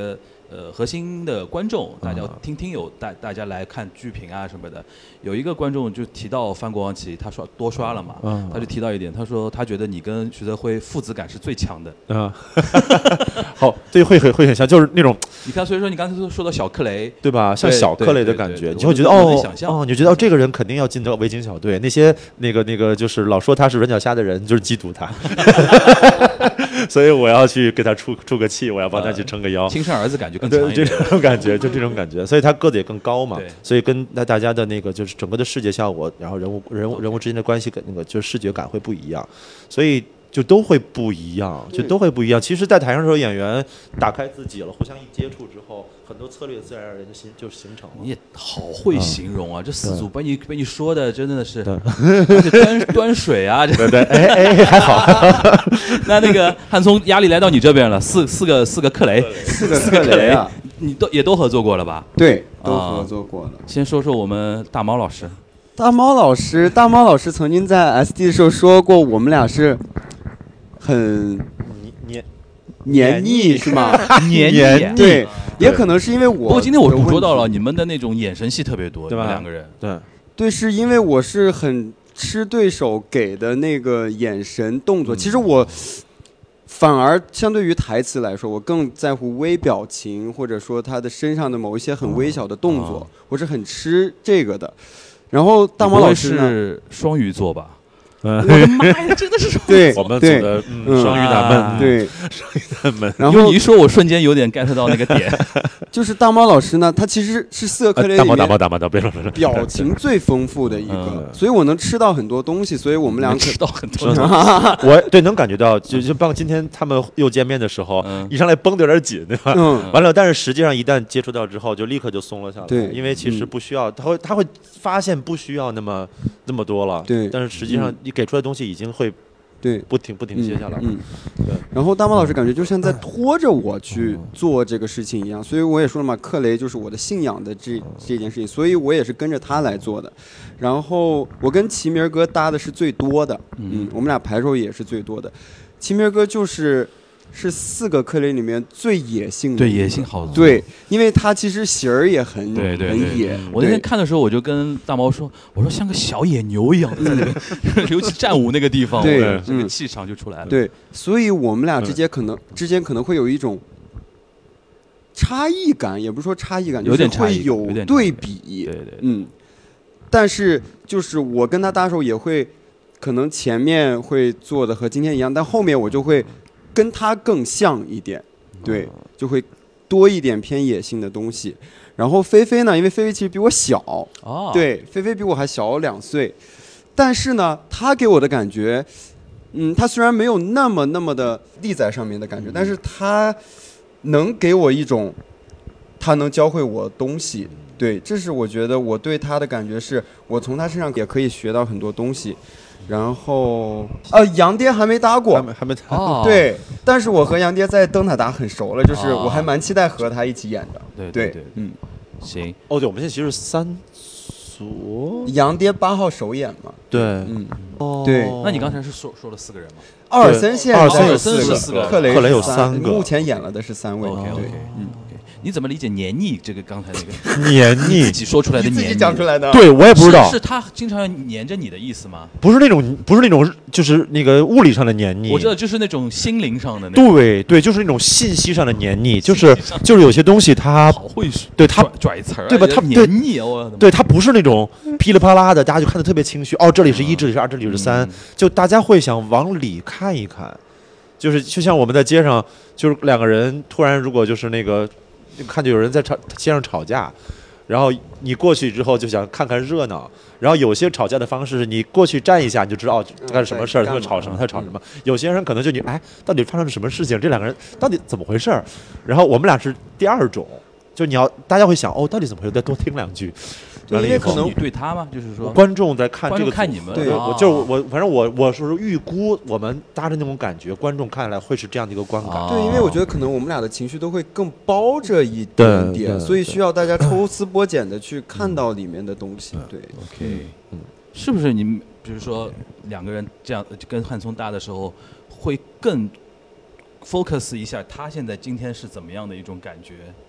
核心的观众，大家听友大家来看剧评啊什么的，有一个观众就提到翻国王旗，他说多刷了嘛，他就提到一点，他说他觉得你跟徐德辉父子感是最强的。 好，对，会很像，就是那种你看，所以说你刚才说到小克雷， 对吧？像小克雷的感觉，你就会觉得你就觉得这个人肯定要进到维京小队，那些那个就是老说他是软脚虾的人，就是嫉妒他，所以我要去给他出个气，我要帮他去撑个腰， 亲生儿子感觉更强一点， 这种感觉，就这种感觉，所以他个子也更高嘛，所以跟大家的那个就是整个的视觉效果，然后人物之间的关系跟那个就是视觉感会不一样，所以就都会不一样，其实，在台上的时候，演员打开自己了，互相一接触之后，很多策略自然而然就形成了。 你也好会形容啊！这四组被你说的真的是，而且端水啊， 对，还好。 那个汉聪压力来到你这边了，四个克雷， 四个克雷啊， 你都合作过了吧？ 对，都合作过了。 先说说我们大猫老师。 大猫老师曾经在 SD 的时候说过，我们俩是很黏腻是吗？ 黏腻， 对，也可能是因为我。 不过今天我捕捉到了你们的那种眼神戏特别多， 对吧？ 两个人， 对，是因为我是很吃对手给的那个眼神动作。其实我反而相对于台词来说，我更在乎微表情，或者说他的身上的某一些很微小的动作，我是很吃这个的。然后大猫老师呢是双鱼座吧？我的妈呀，真的是双鱼！ 对， 我们组的双鱼男们， 对， 双鱼男们。 然后你一说，我瞬间有点 get 到那个点。 就是大猫老师呢，他其实是四个克雷里面别说表情最丰富的一个，所以我能吃到很多东西，所以我们俩吃到很多。 我对能感觉到，就包括今天他们又见面的时候，一上来绷得有点紧，对吧？完了，但是实际上一旦接触到之后，就立刻就松了下来。 对， 因为其实不需要，他会发现不需要那么多了。 对， 但是实际上你给出来的东西已经会不停歇下来。 对。然后大猫老师感觉就像在拖着我去做这个事情一样，所以我也说了嘛，克雷就是我的信仰的这件事情，所以我也是跟着他来做的。然后我跟齐明哥搭的是最多的，我们俩排手也是最多的。齐明哥是四个克雷里面最野性的， 对，野性好多。 对，因为他其实型儿也很野。 我那天看的时候，我就跟大毛说，我说像个小野牛一样在那边，尤其战舞那个地方， 对， 这个气场就出来了。 对，所以我们俩之间可能会有一种差异感，也不是说差异感， 有点会有对比。 对， 但是就是我跟他搭的时候也会，可能前面会做的和今天一样，但后面我就会跟他更像一点，对，就会多一点偏野性的东西。然后菲菲呢，因为菲菲其实比我小，对，菲菲比我还小2岁，但是呢，她给我的感觉，她虽然没有那么的立在上面的感觉，但是她能给我一种，她能教会我东西。对，这是我觉得我对她的感觉，是我从她身上也可以学到很多东西。然后杨爹还没搭过， 还没搭过， 对，但是我和杨爹在灯塔打很熟了，就是我还蛮期待和他一起演的。 对，行。 对，我们现在其实是3组， 杨爹8号首演嘛。 对， 对。 那你刚才是说了4个人吗 ？2、3线有4个， 克雷有3个， 目前演了的是3位。 对，你怎么理解黏腻这个刚才那个黏腻自己说出来的黏腻， 自己讲出来的？ 对，我也不知道， 是他经常要黏着你的意思吗？ 不是那种，就是那个物理上的黏腻。 我知道，就是那种心灵上的那种。 对，就是那种信息上的黏腻，就是有些东西它好会对它拽词儿， 对吧？它黏腻，我对它不是那种噼里啪啦的，大家就看得特别清晰。这里是1，这里是2，这里是3，就大家会想往里看一看，就像我们在街上，就是2个人突然如果就是那个。看见有人在街上吵架，然后你过去之后就想看看热闹，然后有些吵架的方式是你过去站一下你就知道干什么事儿，他吵什么，他吵什么。有些人可能就到底发生了什么事情，这2个人到底怎么回事儿？然后我们俩是第2种，就大家会想到底怎么回事？再多听2句。 因为可能你对他吗？就是说观众在看这个， 看你们。 对，我反正我是预估我们搭着那种感觉，观众看来会是这样的一个观感。 对，因为我觉得可能我们俩的情绪都会更包着一点点，所以需要大家抽丝剥茧的去看到里面的东西。对 ，OK， 是不是你们比如说2个人这样跟汉聪搭的时候，会更 focus 一下他现在今天是怎么样的一种感觉？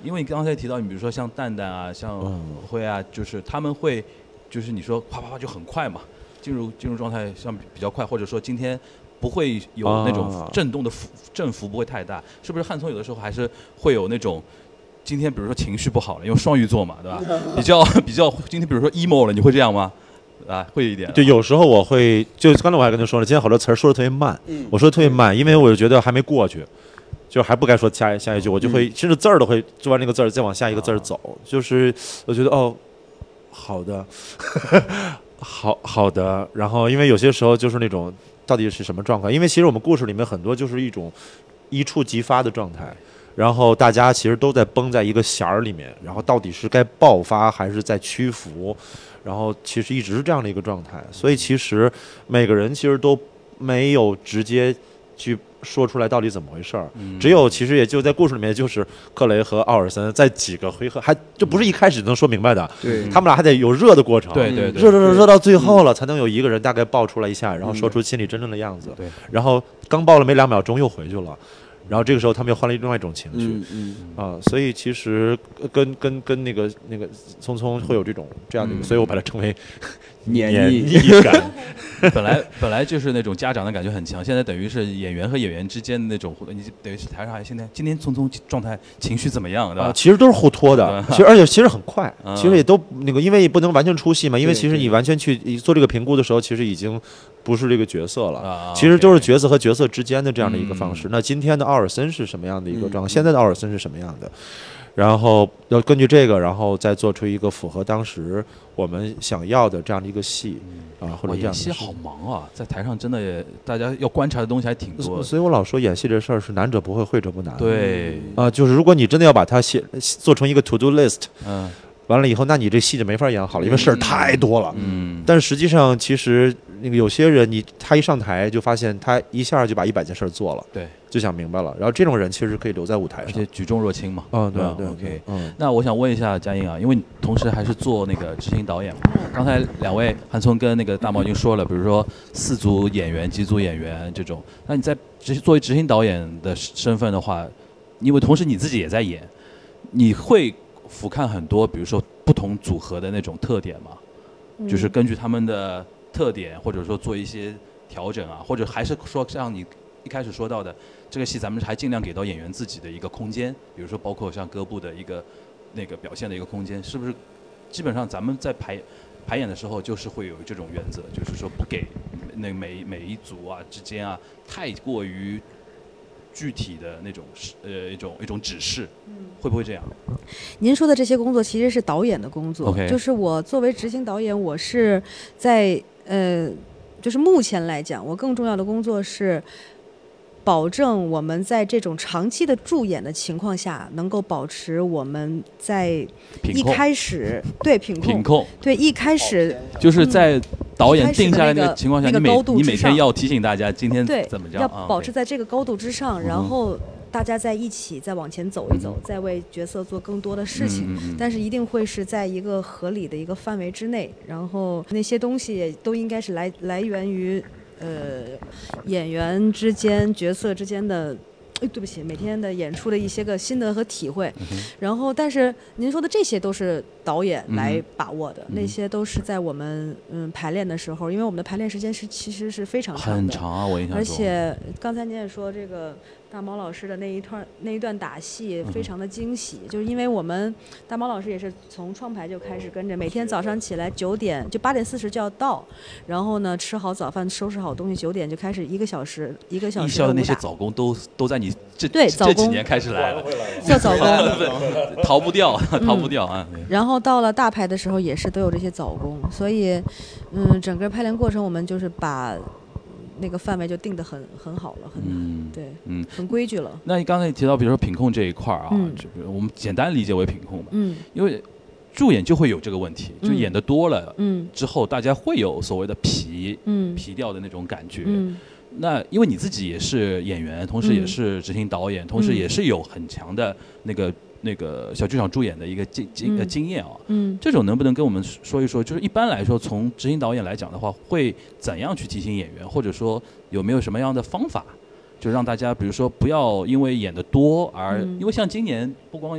因为你刚才提到，你比如说像蛋蛋啊，像辉啊，就是他们会，就是你说啪啪啪就很快嘛，进入状态像比较快，或者说今天不会有那种震动的振幅不会太大，是不是？汉聪有的时候还是会有那种。今天比如说情绪不好了，因为双鱼座嘛，对吧？比较今天比如说 emo 了，你会这样吗？啊，会一点。 对，有时候我会，就刚才我还跟他说了，今天好多词儿说的特别慢，我说的特别慢，因为我就觉得还没过去，就还不该说下一句，我就会甚至字儿都会做完那个字儿，再往下一个字儿走，就是我觉得好的，好的。然后因为有些时候就是那种到底是什么状况？因为其实我们故事里面很多就是一种一触即发的状态。然后大家其实都在绷在一个弦儿里面，然后到底是该爆发还是在屈服，然后其实一直是这样的一个状态。所以其实每个人其实都没有直接去说出来到底怎么回事儿，只有其实也就在故事里面，就是克雷和奥尔森在几个回合还就不是一开始能说明白的， 对， 他们俩还得有热的过程， 对， 热到最后了，才能有一个人大概爆出来一下，然后说出心里真正的样子，对，然后刚爆了没2秒钟又回去了。然后这个时候他们又换了另外一种情绪，所以其实跟那个聪聪会有这样的一个，所以我把它称为黏腻感。 本来就是那种家长的感觉很强，现在等于是演员和演员之间的那种互动，你等于是台上还今天聪聪状态情绪怎么样，对吧？ 其实都是互拖的，而且其实很快，其实也都那个，因为不能完全出戏嘛，因为其实你完全去做这个评估的时候，其实已经不是这个角色了，其实都是角色和角色之间的这样的一个方式。那今天的奥尔森是什么样的一个状况？现在的奥尔森是什么样的？然后要根据这个，然后再做出一个符合当时我们想要的这样的一样的或者这样的。 演戏好忙啊，在台上真的也大家要观察的东西还挺多的。 所以我老说演戏这事儿是难者不会，会者不难。 对就是如果你真的要把它做成一个 to do list，完了以后，那你这戏就没法演好了，因为事儿太多了。但是实际上，其实那个有些人，他一上台就发现他一下就把100件事做了， 对， 就想明白了。然后这种人其实可以留在舞台上， 而且举重若轻嘛。 对 ，OK。那我想问一下嘉映啊，因为你同时还是做那个执行导演嘛。刚才2位汉聪跟那个大毛已经说了，比如说4组演员、几组演员这种。那你在作为执行导演的身份的话，因为同时你自己也在演，你会俯瞰很多，比如说不同组合的那种特点嘛，就是根据他们的特点，或者说做一些调整啊，或者还是说像你一开始说到的，这个戏咱们还尽量给到演员自己的一个空间，比如说包括像歌部的一个那个表现的一个空间，是不是？基本上咱们在排演的时候，就是会有这种原则，就是说不给那每一组啊之间啊太过于具体的那种一种指示，会不会这样？ 您说的这些工作其实是导演的工作， Okay. 就是我作为执行导演，我是在就是目前来讲，我更重要的工作是保证我们在这种长期的驻演的情况下，能够保持我们在一开始对品控对一开始就是在导演定下来那个情况下， 你每天要提醒大家今天怎么着， 要保持在这个高度之上，然后大家在一起再往前走一走，再为角色做更多的事情，但是一定会是在一个合理的一个范围之内，然后那些东西也都应该是来源于演员之间、角色之间的，对不起，每天的演出的一些个心得和体会。然后，但是您说的这些都是导演来把握的，那些都是在我们排练的时候，因为我们的排练时间其实是非常长的， 很长啊，我印象中。 而且刚才您也说这个大毛老师的那一段打戏非常的惊喜，就是因为我们大毛老师也是从创排就开始跟着，每天早上起来9点就8点40就要到，然后呢吃好早饭，收拾好东西，9点就开始1个小时艺校的那些早工都在你这几年开始来了， 做早工逃不掉啊。 然后到了大排的时候也是都有这些早工，所以整个排练过程我们就是把那个范围就定得很好了，很规矩了。 那你刚才提到，比如说品控这一块啊，我们简单理解为品控吧。因为驻演就会有这个问题，就演得多了，之后大家会有所谓的疲掉的那种感觉。那因为你自己也是演员，同时也是执行导演，同时也是有很强的那个小剧场驻演的一个经验啊。这种能不能跟我们说一说？就是一般来说，从执行导演来讲的话，会怎样去提醒演员，或者说有没有什么样的方法，就让大家比如说不要因为演得多而，因为像今年不光有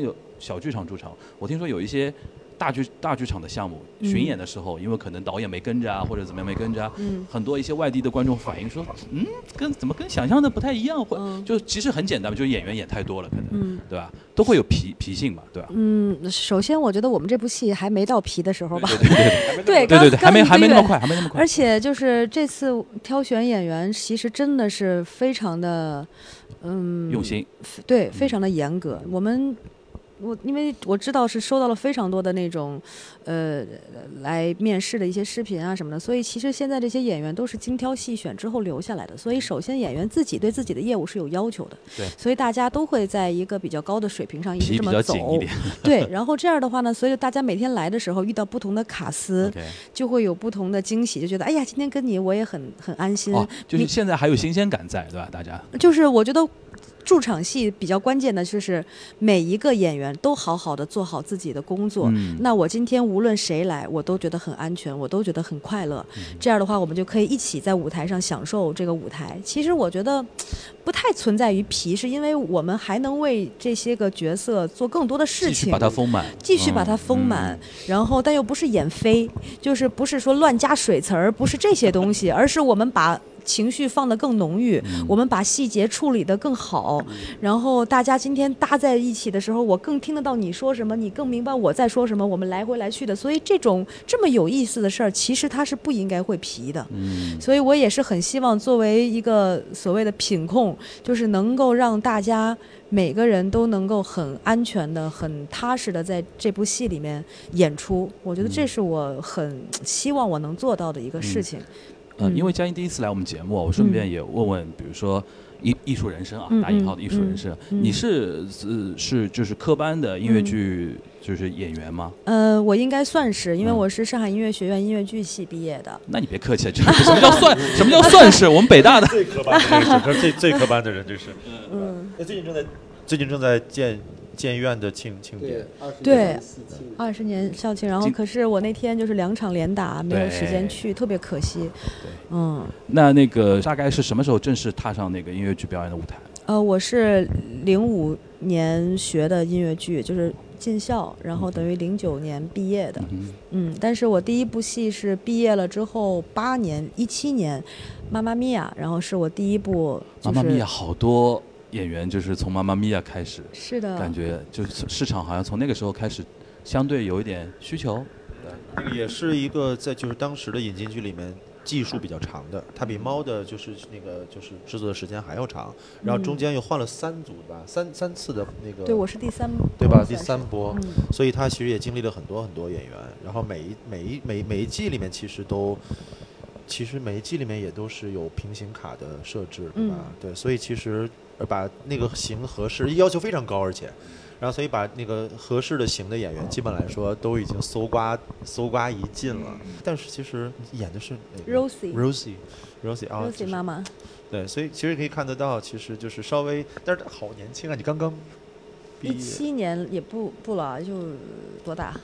小剧场驻场，我听说有一些大剧场的项目巡演的时候，因为可能导演没跟着啊，或者怎么样没跟着啊，很多一些外地的观众反映说，怎么跟想象的不太一样，就其实很简单，就是演员演太多了，可能，对吧？都会有脾性吧，对吧？ 首先我觉得我们这部戏还没到皮的时候吧， 对，还没那么快，还没那么快。 而且就是这次挑选演员，其实真的是非常的， 用心， 对，非常的严格。因为我知道是收到了非常多的那种，来面试的一些视频啊什么的，所以其实现在这些演员都是精挑细选之后留下来的。所以首先演员自己对自己的业务是有要求的， 对， 所以大家都会在一个比较高的水平上一直这么走，对。然后这样的话呢，所以大家每天来的时候遇到不同的卡司，就会有不同的惊喜，就觉得哎呀，今天跟你我也很安心。 就是现在还有新鲜感在，对吧？大家就是我觉得。驻场戏比较关键的就是每一个演员都好好的做好自己的工作，那我今天无论谁来我都觉得很安全，我都觉得很快乐，这样的话我们就可以一起在舞台上享受这个舞台。其实我觉得不太存在于皮，是因为我们还能为这些个角色做更多的事情， 继续把它丰满， 然后但又不是演飞，就是不是说乱加水词儿，不是这些东西，而是我们把情绪放得更浓郁，我们把细节处理得更好，然后大家今天搭在一起的时候，我更听得到你说什么，你更明白我在说什么，我们来回来去的，所以这么有意思的事儿，其实它是不应该会皮的。所以我也是很希望作为一个所谓的品控，就是能够让大家每个人都能够很安全的、很踏实的在这部戏里面演出。我觉得这是我很希望我能做到的一个事情。 因为佳音第一次来我们节目，我顺便也问问，比如说艺术人生啊，打引号的艺术人生，你是就是科班的音乐剧就是演员吗？ 我应该算是，因为我是上海音乐学院音乐剧系毕业的。 那你别客气，这什么叫算？什么叫算是？我们北大的最科班的人，整个最科班的人，这是。最近正在建院的庆典， 对，20年校庆，然后可是我那天就是2场连打，没有时间去，特别可惜。 那个大概是什么时候正式踏上那个音乐剧表演的舞台？ 我是05年学的音乐剧，就是进校，然后等于09年毕业的。但是我第一部戏是毕业了之后8年，17年，《妈妈咪呀》，然后是我第一部。 妈妈咪呀，好多演员就是从《妈妈咪呀》开始， 是的， 感觉就是市场好像从那个时候开始，相对有一点需求。 那个也是一个在就是当时的引进剧里面技术比较长的，它比猫的就是那个就是制作的时间还要长，然后中间又换了3组吧，三次的那个。 对，我是第3波， 对吧？第3波，所以他其实也经历了很多演员，然后每一季里面其实每一季里面也都是有平行卡的设置，对吧？对，所以其实把那个型合适要求非常高，而且，然后所以把那个合适的型的演员，基本来说都已经搜刮一尽了。但是其实演的是 Rosie 啊，Rosie 妈妈。 对，所以其实可以看得到，其实就是稍微，但是好年轻啊！你刚刚毕业 17年也不老，就多大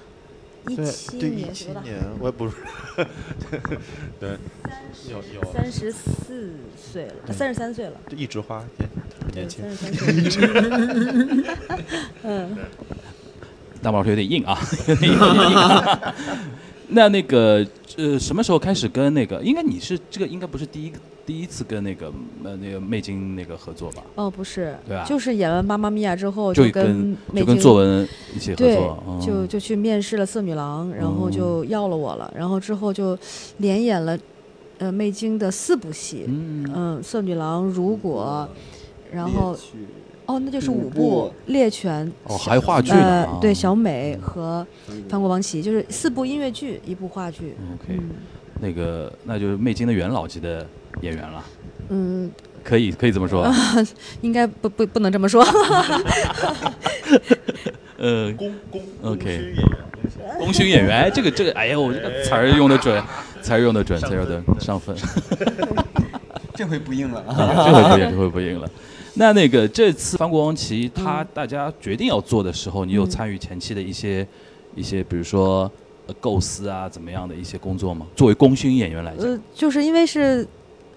？17年是多大？ 我也不是。对，有 34岁了，33岁了， 就一枝花，很年轻。 33岁。 大毛老师有点硬啊，有点硬。那个什么时候开始跟那个？应该你是这个应该不是第一次跟那个魅晶那个合作吧？ 不是， 对吧？ 就是演完《妈妈咪呀》之后就跟作文一起合作， 对，就去面试了《色女郎》，然后就要了我了，然后之后就连演了魅晶的4部戏，《色女郎》、如果，然后。那就是5部猎犬， 还有话剧呢。 对，小美和翻过王琦，就是4部音乐剧，1部话剧。 OK，那就是魅晶的元老级的演员了。可以这么说。 应该不能这么说。 OK， 功勋演员，这个，哎呦，这个词儿用的准，上分。 这回不硬了， 这回不硬了。那个这次翻过王琦，大家决定要做的时候，你有参与前期的一些，比如说构思啊，怎么样的一些工作吗？作为功勋演员来讲， 就是因为是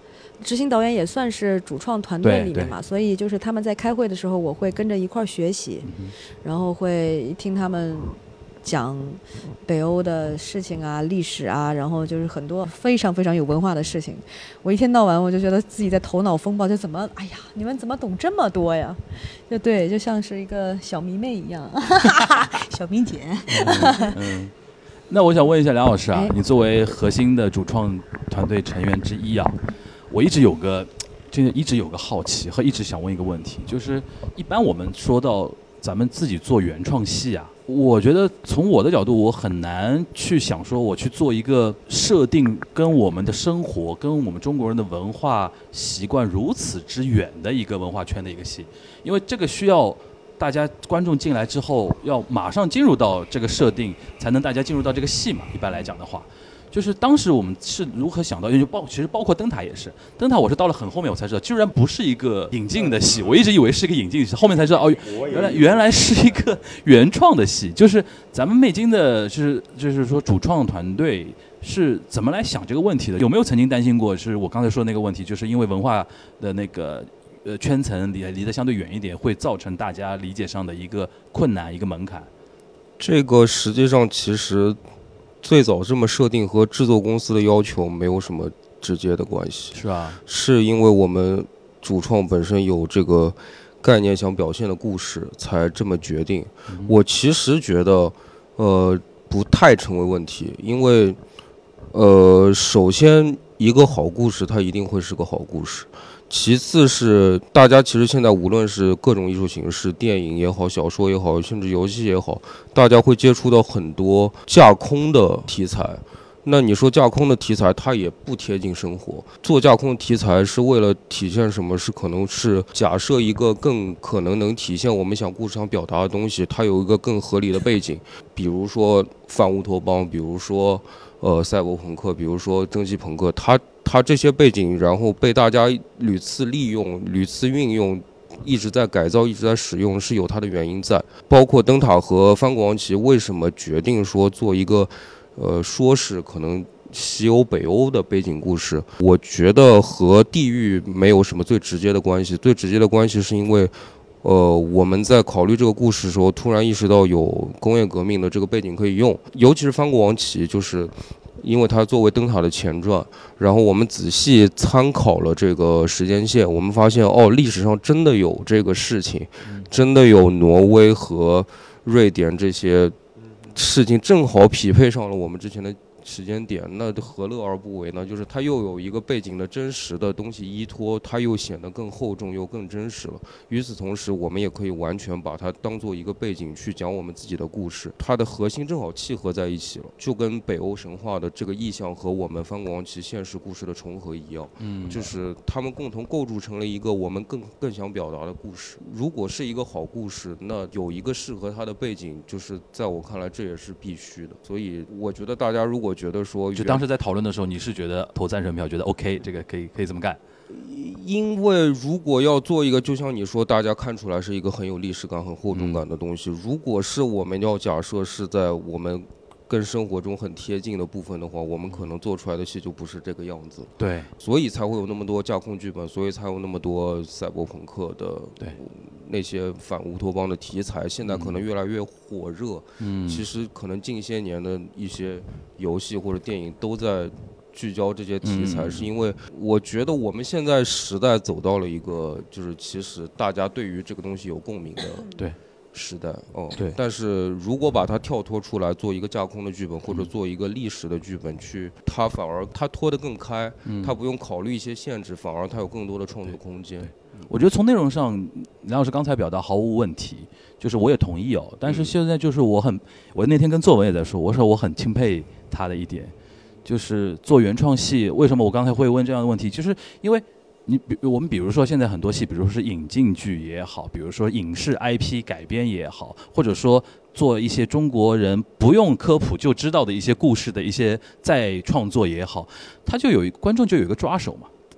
执行导演也算是主创团队里面嘛，所以就是他们在开会的时候，我会跟着一块儿学习，然后会听他们讲北欧的事情啊、历史啊，然后就是很多非常非常有文化的事情。我一天到晚我就觉得自己在头脑风暴，就怎么，哎呀，你们怎么懂这么多呀？就对，就像是一个小迷妹一样，小迷姐。 那我想问一下梁老师啊，你作为核心的主创团队成员之一啊，我一直有个好奇和一直想问一个问题，就是一般我们说到咱们自己做原创戏啊，我觉得从我的角度，我很难去想说我去做一个设定跟我们的生活、跟我们中国人的文化习惯如此之远的一个文化圈的一个戏，因为这个需要大家观众进来之后要马上进入到这个设定，才能大家进入到这个戏嘛。一般来讲的话，就是当时我们是如何想到，其实包括灯塔也是，灯塔我是到了很后面我才知道，居然不是一个引进的戏，我一直以为是一个引进的戏，后面才知道哦，原来是一个原创的戏。就是咱们魅晶的，就是说主创团队是怎么来想这个问题的？有没有曾经担心过，是我刚才说的那个问题，就是因为文化的那个圈层离得相对远一点，会造成大家理解上的一个困难、一个门槛？ 这个实际上其实最早这么设定和制作公司的要求没有什么直接的关系， 是吧？ 是因为我们主创本身有这个概念想表现的故事才这么决定。我其实觉得不太成为问题，因为首先一个好故事它一定会是个好故事，其次是大家其实现在无论是各种艺术形式，电影也好，小说也好，甚至游戏也好，大家会接触到很多架空的题材。那你说架空的题材它也不贴近生活，做架空的题材是为了体现什么？是可能是假设一个更可能能体现我们想故事上表达的东西，它有一个更合理的背景，比如说反乌托邦，比如说赛博朋克，比如说蒸汽朋克，它这些背景，然后被大家屡次利用、屡次运用，一直在改造、一直在使用，是有它的原因在。包括灯塔和翻国王旗为什么决定说做一个说是可能西欧、北欧的背景故事，我觉得和地域没有什么最直接的关系。最直接的关系是因为我们在考虑这个故事的时候，突然意识到有工业革命的这个背景可以用，尤其是翻国王旗，就是因为它作为灯塔的前传，然后我们仔细参考了这个时间线，我们发现历史上真的有这个事情，真的有挪威和瑞典这些事情正好匹配上了我们之前的时间点，那何乐而不为呢？就是它又有一个背景的真实的东西依托，它又显得更厚重又更真实了。与此同时，我们也可以完全把它当做一个背景去讲我们自己的故事，它的核心正好契合在一起了，就跟北欧神话的这个意象和我们翻国王旗现实故事的重合一样。就是他们共同构筑成了一个我们更想表达的故事。如果是一个好故事，那有一个适合它的背景，就是在我看来这也是必须的。所以我觉得大家如果觉得说， 就当时在讨论的时候，你是觉得投赞成票，觉得 OK， 这个可以这么干？ 因为如果要做一个，就像你说，大家看出来是一个很有历史感、很厚重感的东西，如果是我们要假设是在我们跟生活中很贴近的部分的话，我们可能做出来的戏就不是这个样子。 对， 所以才会有那么多架空剧本，所以才有那么多赛博朋克的那些反乌托邦的题材，现在可能越来越火热。其实可能近些年的一些游戏或者电影都在聚焦这些题材，是因为我觉得我们现在时代走到了一个，就是其实大家对于这个东西有共鸣的时代。对。但是如果把它跳脱出来做一个架空的剧本，或者做一个历史的剧本去，它反而它拖得更开，它不用考虑一些限制，反而它有更多的创作空间。 我觉得从内容上，梁老师刚才表达毫无问题，就是我也同意但是现在就是我那天跟作文也在说，我说我很钦佩他的一点，就是做原创戏。为什么我刚才会问这样的问题？就是因为我们比如说现在很多戏，比如说是引进剧也好，比如说影视 IP 改编也好，或者说做一些中国人不用科普就知道的一些故事的一些再创作也好，它就观众就有一个抓手嘛。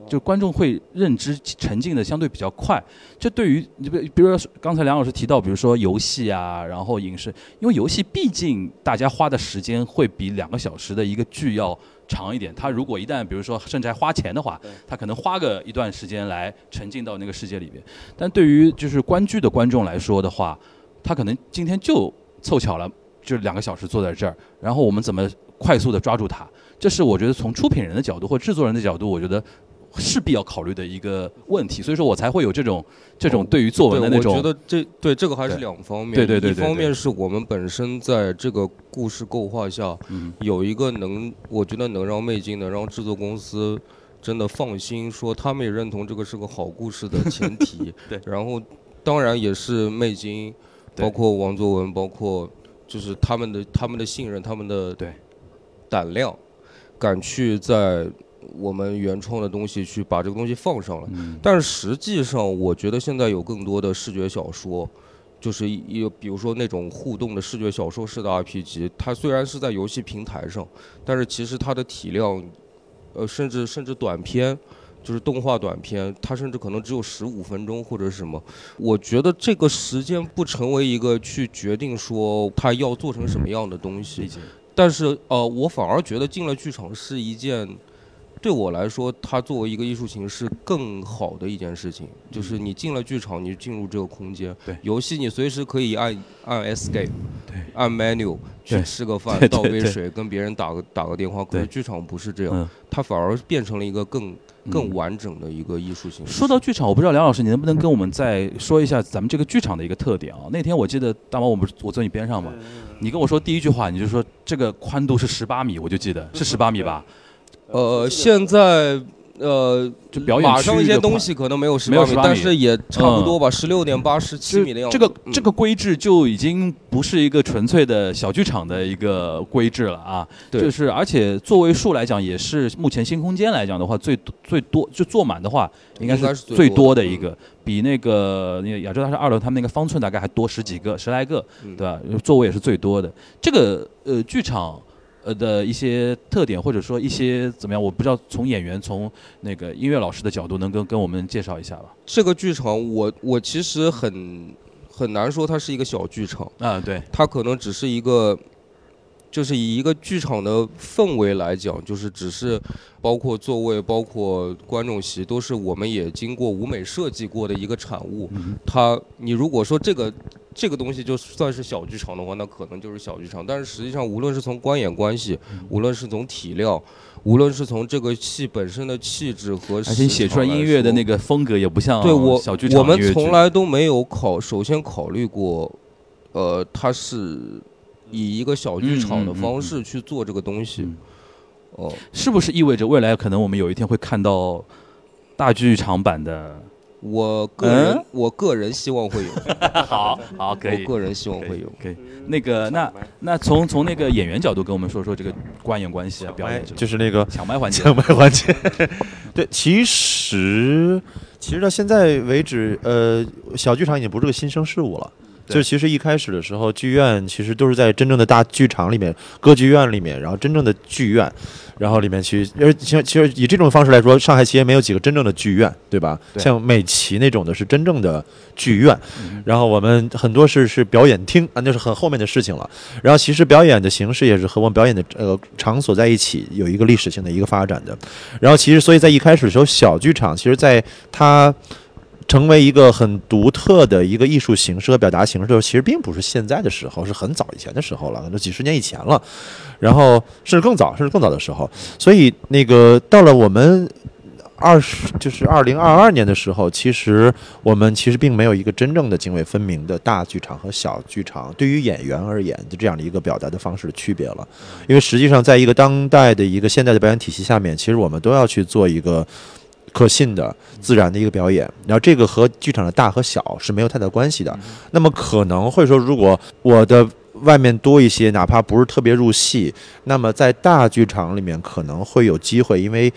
就观众会认知沉浸的相对比较快。这对于比如说刚才梁老师提到，比如说游戏啊，然后影视，因为游戏毕竟大家花的时间会比2个小时的一个剧要长一点。他如果一旦比如说甚至还花钱的话，他可能花个一段时间来沉浸到那个世界里边。但对于就是观剧的观众来说的话，他可能今天就凑巧了，就2个小时坐在这儿，然后我们怎么快速的抓住它？这是我觉得从出品人的角度或制作人的角度，我觉得势必要考虑的一个问题，所以说我才会有这种对于作文的那种。 我觉得这个还是2方面。 对， 一方面是我们本身在这个故事构画下，有一个我觉得能让魅晶能让制作公司真的放心，说他们也认同这个是个好故事的前提。 对， 然后当然也是魅晶，包括王作文，包括就是他们的信任，他们的胆量，敢去在我们原创的东西去把这个东西放上了。但是实际上我觉得现在有更多的视觉小说，就是比如说那种互动的视觉小说式的 RPG， 它虽然是在游戏平台上，但是其实它的体量甚至短片，就是动画短片，它甚至可能只有15分钟或者什么。我觉得这个时间不成为一个去决定说它要做成什么样的东西。但是我反而觉得进了剧场是一件，对我来说，它作为一个艺术形式更好的一件事情。就是你进了剧场，你进入这个空间。 对， 游戏你随时可以按 Escape， 按 Menu 去吃个饭，倒杯水，跟别人打个电话。可是剧场不是这样，它反而变成了一个更完整的一个艺术形式。 说到剧场，我不知道梁老师你能不能跟我们再说一下咱们这个剧场的一个特点啊？那天我记得大毛我坐你边上嘛，你跟我说第一句话你就说这个宽度是18米，我就记得是18米吧？ 现在就表演马上一些东西可能没有18米，但是也差不多吧，16.8、17米的样子。 这个规制就已经不是一个纯粹的小剧场的一个规制了啊。就是而且座位数来讲，也是目前新空间来讲的话，最多就坐满的话，应该是最多的一个，比那个亚洲大厦2楼他们那个方寸大概还多10来个，对吧？座位也是最多的。这个剧场的一些特点，或者说一些怎么样，我不知道从演员从那个音乐老师的角度能跟我们介绍一下吧。 这个剧场我其实很难说它是一个小剧场啊，对， 它可能只是一个，就是以一个剧场的氛围来讲，就是只是包括座位包括观众席都是我们也经过舞美设计过的一个产物。你如果说这个东西就算是小剧场的话，那可能就是小剧场。但是实际上，无论是从观演关系，无论是从体量，无论是从这个戏本身的气质和， 而且你写出来音乐的那个风格也不像小剧场。 我们从来都没有首先考虑过，它是以一个小剧场的方式去做这个东西。 是不是意味着未来可能我们有一天会看到大剧场版的？ 我个人希望会有。 好，可以。 我个人希望会有。 可以。那个，那从那个演员角度跟我们说说这个观演关系啊，表演就是那个抢麦环节。 对，其实到现在为止，小剧场已经不是个新生事物了。就其实一开始的时候，剧院其实都是在真正的大剧场里面、歌剧院里面，然后真正的剧院，然后里面去。其实以这种方式来说，上海其实没有几个真正的剧院，对吧？像美琪那种的是真正的剧院，然后我们很多是表演厅啊，那是很后面的事情了。然后其实表演的形式也是和我们表演的场所在一起，有一个历史性的一个发展的。然后其实所以在一开始的时候，小剧场其实在它成为一个很独特的一个艺术形式和表达形式的时候，其实并不是现在的时候，是很早以前的时候了，可能几十年以前了，然后甚至更早的时候。所以那个到了我们就是2022年的时候，其实我们并没有一个真正的泾渭分明的大剧场和小剧场对于演员而言的这样的一个表达的方式的区别了。因为实际上在一个当代的一个现代的表演体系下面，其实我们都要去做一个可信的自然的一个表演，然后这个和剧场的大和小是没有太大关系的。那么可能会说，如果我的外面多一些，哪怕不是特别入戏，那么在大剧场里面可能会有机会，因为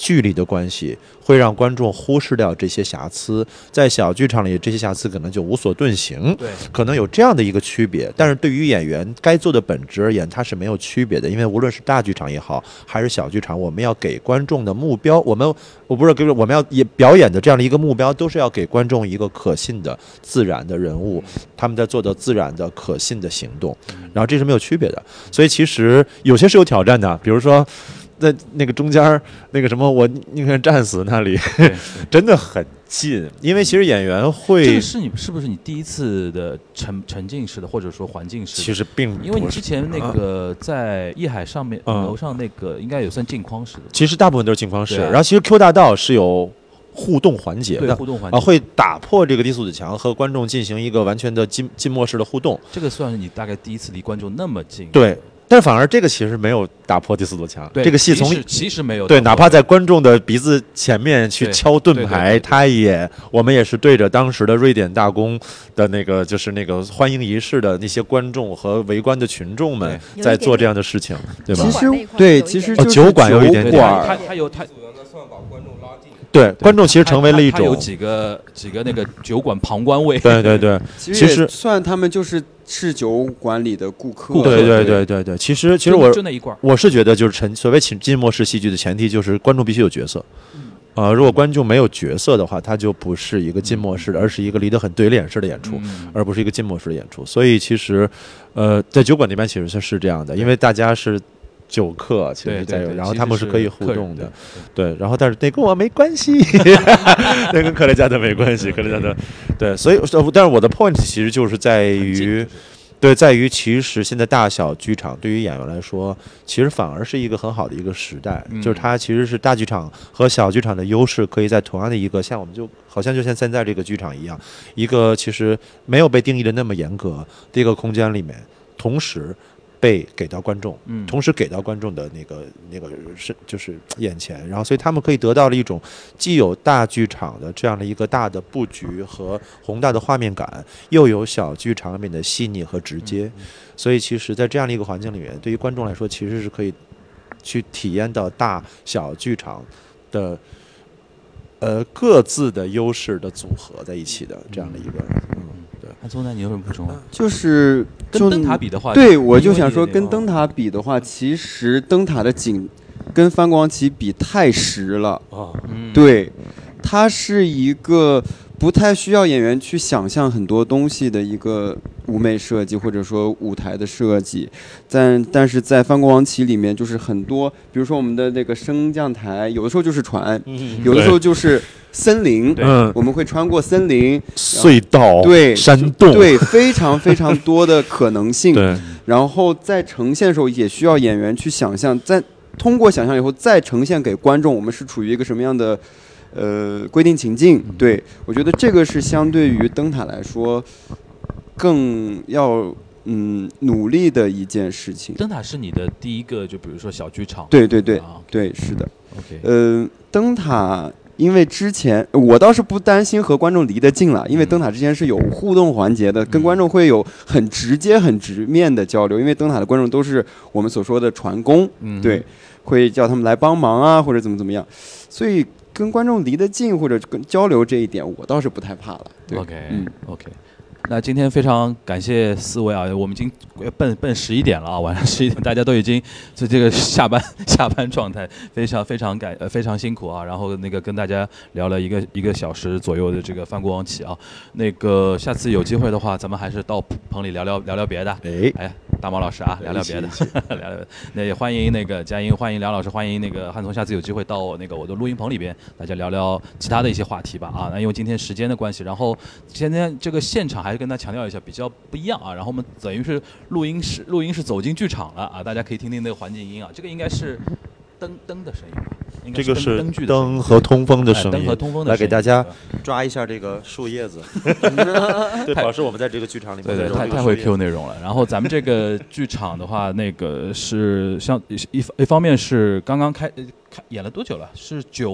距离的关系，会让观众忽视掉这些瑕疵。在小剧场里，这些瑕疵可能就无所遁形， 对， 可能有这样的一个区别。但是对于演员该做的本质而言，它是没有区别的，因为无论是大剧场也好，还是小剧场，我们要给观众的目标，我们要表演的这样的一个目标，都是要给观众一个可信的、自然的人物，他们在做的自然的、可信的行动，然后这是没有区别的。所以其实有些是有挑战的，比如说在那个中间那个什么，我宁愿战死那里，真的很近，因为其实演员会， 这个是不是你第一次的沉浸式的，或者说环境式的？ 其实并不是， 因为你之前那个在艺海上面楼上那个应该也算镜框式的， 其实大部分都是镜框式， 对啊然后其实 Q 大道是有互动环节的， 互动环节会打破这个低素质墙，和观众进行一个完全的静默式的互动。 这个算是你大概第一次离观众那么近。 对，但反而这个其实没有打破第四堵墙。 对， 这个戏从其实没有对，哪怕在观众的鼻子前面去敲盾牌，我们也是对着当时的瑞典大公的那个就是那个欢迎仪式的那些观众和围观的群众们在做这样的事情，对吧？ 其实对，其实就是酒馆有一点点， 他有他。 对，观众其实成为了一种， 他有几个那个酒馆旁观位。 对对对， 其实算他们就是酒馆里的顾客。 对，其实就那一罐， 我是觉得就是所谓浸没式戏剧的前提就是观众必须有角色。如果观众没有角色的话，它就不是一个浸没式的，而是一个离得很对脸式的演出，而不是一个浸没式的演出。所以其实，在酒馆那边其实是这样的，因为大家是酒客，其实在，然后他们是可以互动的，对，然后但是那跟我没关系，那跟克雷加德没关系，克雷加德，对，所以但是我的 point 其实就是在于。对，在于其实现在大小剧场对于演员来说，其实反而是一个很好的一个时代，就是它其实是大剧场和小剧场的优势，可以在同样的一个像我们好像就像现在这个剧场一样，一个其实没有被定义的那么严格的一个空间里面，同时被给到观众，同时给到观众的那个是就是眼前，然后所以他们可以得到了一种既有大剧场的这样的一个大的布局和宏大的画面感，又有小剧场里面的细腻和直接，所以其实在这样的一个环境里面，对于观众来说其实是可以去体验到大小剧场的各自的优势的组合在一起的这样的一个对。 那宗南，你有什么补充吗？ 就是跟灯塔比的话， 对，我就想说，跟灯塔比的话，其实灯塔的景跟翻光旗比太实了对，它是一个不太需要演员去想象很多东西的一个舞美设计，或者说舞台的设计。但是在翻光旗里面，就是很多，比如说我们的那个升降台，有的时候就是船，有的时候就是森林，我们会穿过森林、 隧道、 对山洞， 对，非常非常多的可能性。 对， 然后在呈现的时候，也需要演员去想象，在通过想象以后再呈现给观众，我们是处于一个什么样的规定情境。对，我觉得这个是相对于灯塔来说更要努力的一件事情。 灯塔是你的第一个，就比如说小剧场。 对，对，是的。 OK， 灯塔。因为之前我倒是不担心和观众离得近了，因为灯塔之前是有互动环节的，跟观众会有很直接、很直面的交流。因为灯塔的观众都是我们所说的船工，对，会叫他们来帮忙啊，或者怎么样，所以跟观众离得近或者跟交流这一点，我倒是不太怕了。对 OK。那今天非常感谢四位啊，我们已经奔11点了啊，晚上11点，大家都已经是这个下班状态，非常辛苦啊。然后那个跟大家聊了一个小时左右的这个翻过王旗啊，那个下次有机会的话，咱们还是到棚里聊聊别的。哎，大毛老师啊，聊聊别的，聊聊。那也欢迎那个佳音，欢迎梁老师，欢迎那个汉松，下次有机会到那个我的录音棚里边，大家聊聊其他的一些话题吧啊。那因为今天时间的关系，然后今天这个现场还是跟大家强调一下比较不一样啊。然后我们等于是录音室走进剧场了啊，大家可以听听那个环境音啊。这个应该是灯的声音吧？ 这个是灯和通风的声音， 灯和通风的声音， 来给大家抓一下这个树叶子，对，表示我们在这个剧场里面。 对，太会 Q 内容了。然后咱们这个剧场的话，那个是像一方面是刚刚开演了多久了？是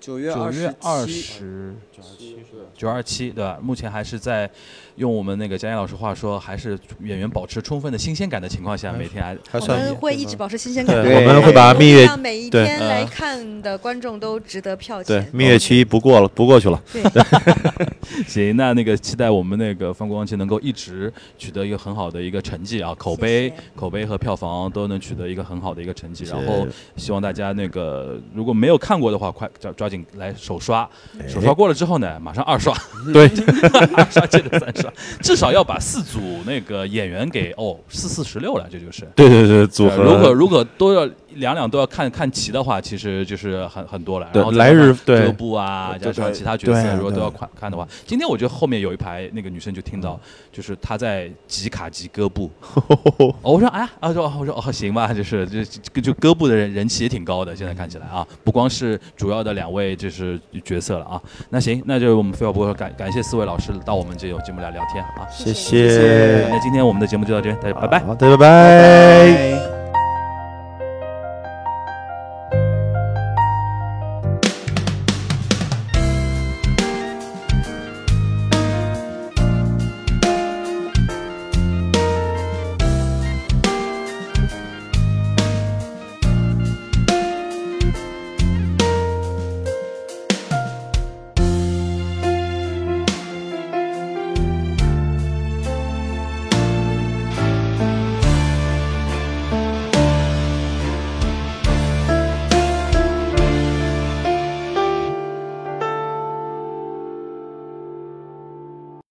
9月 927，对吧？目前还是在用我们那个佳燕老师话说，还是演员保持充分的新鲜感的情况下，每天还算我们会一直保持新鲜感， 我们会把蜜月让每一天来看的观众都值得票钱。 对，蜜月期不过去了。 对， 行，那个期待我们那个《翻过王期》能够一直取得一个很好的一个成绩啊，口碑和票房都能取得一个很好的一个成绩。然后希望大家那个如果没有看过的话，快抓紧来首刷，首刷过了之后呢，马上2刷。 对 ，2刷接着3刷，至少要把4组那个演员给4416了，这就是。 对，组合。 如果都要两都要看齐的话，其实就是很多了。然后来日歌部啊，加上其他角色，如果都要看的话，今天我觉得后面有一排那个女生就听到，就是她在吉卡吉歌部。我说行吧，就歌部的人气也挺高的，现在看起来啊，不光是主要的2位就是角色了啊。那行，那就我们废话不多说，感谢4位老师到我们这节目来聊天啊， 谢谢。 那今天我们的节目就到这边，大家拜拜。 好的，拜拜。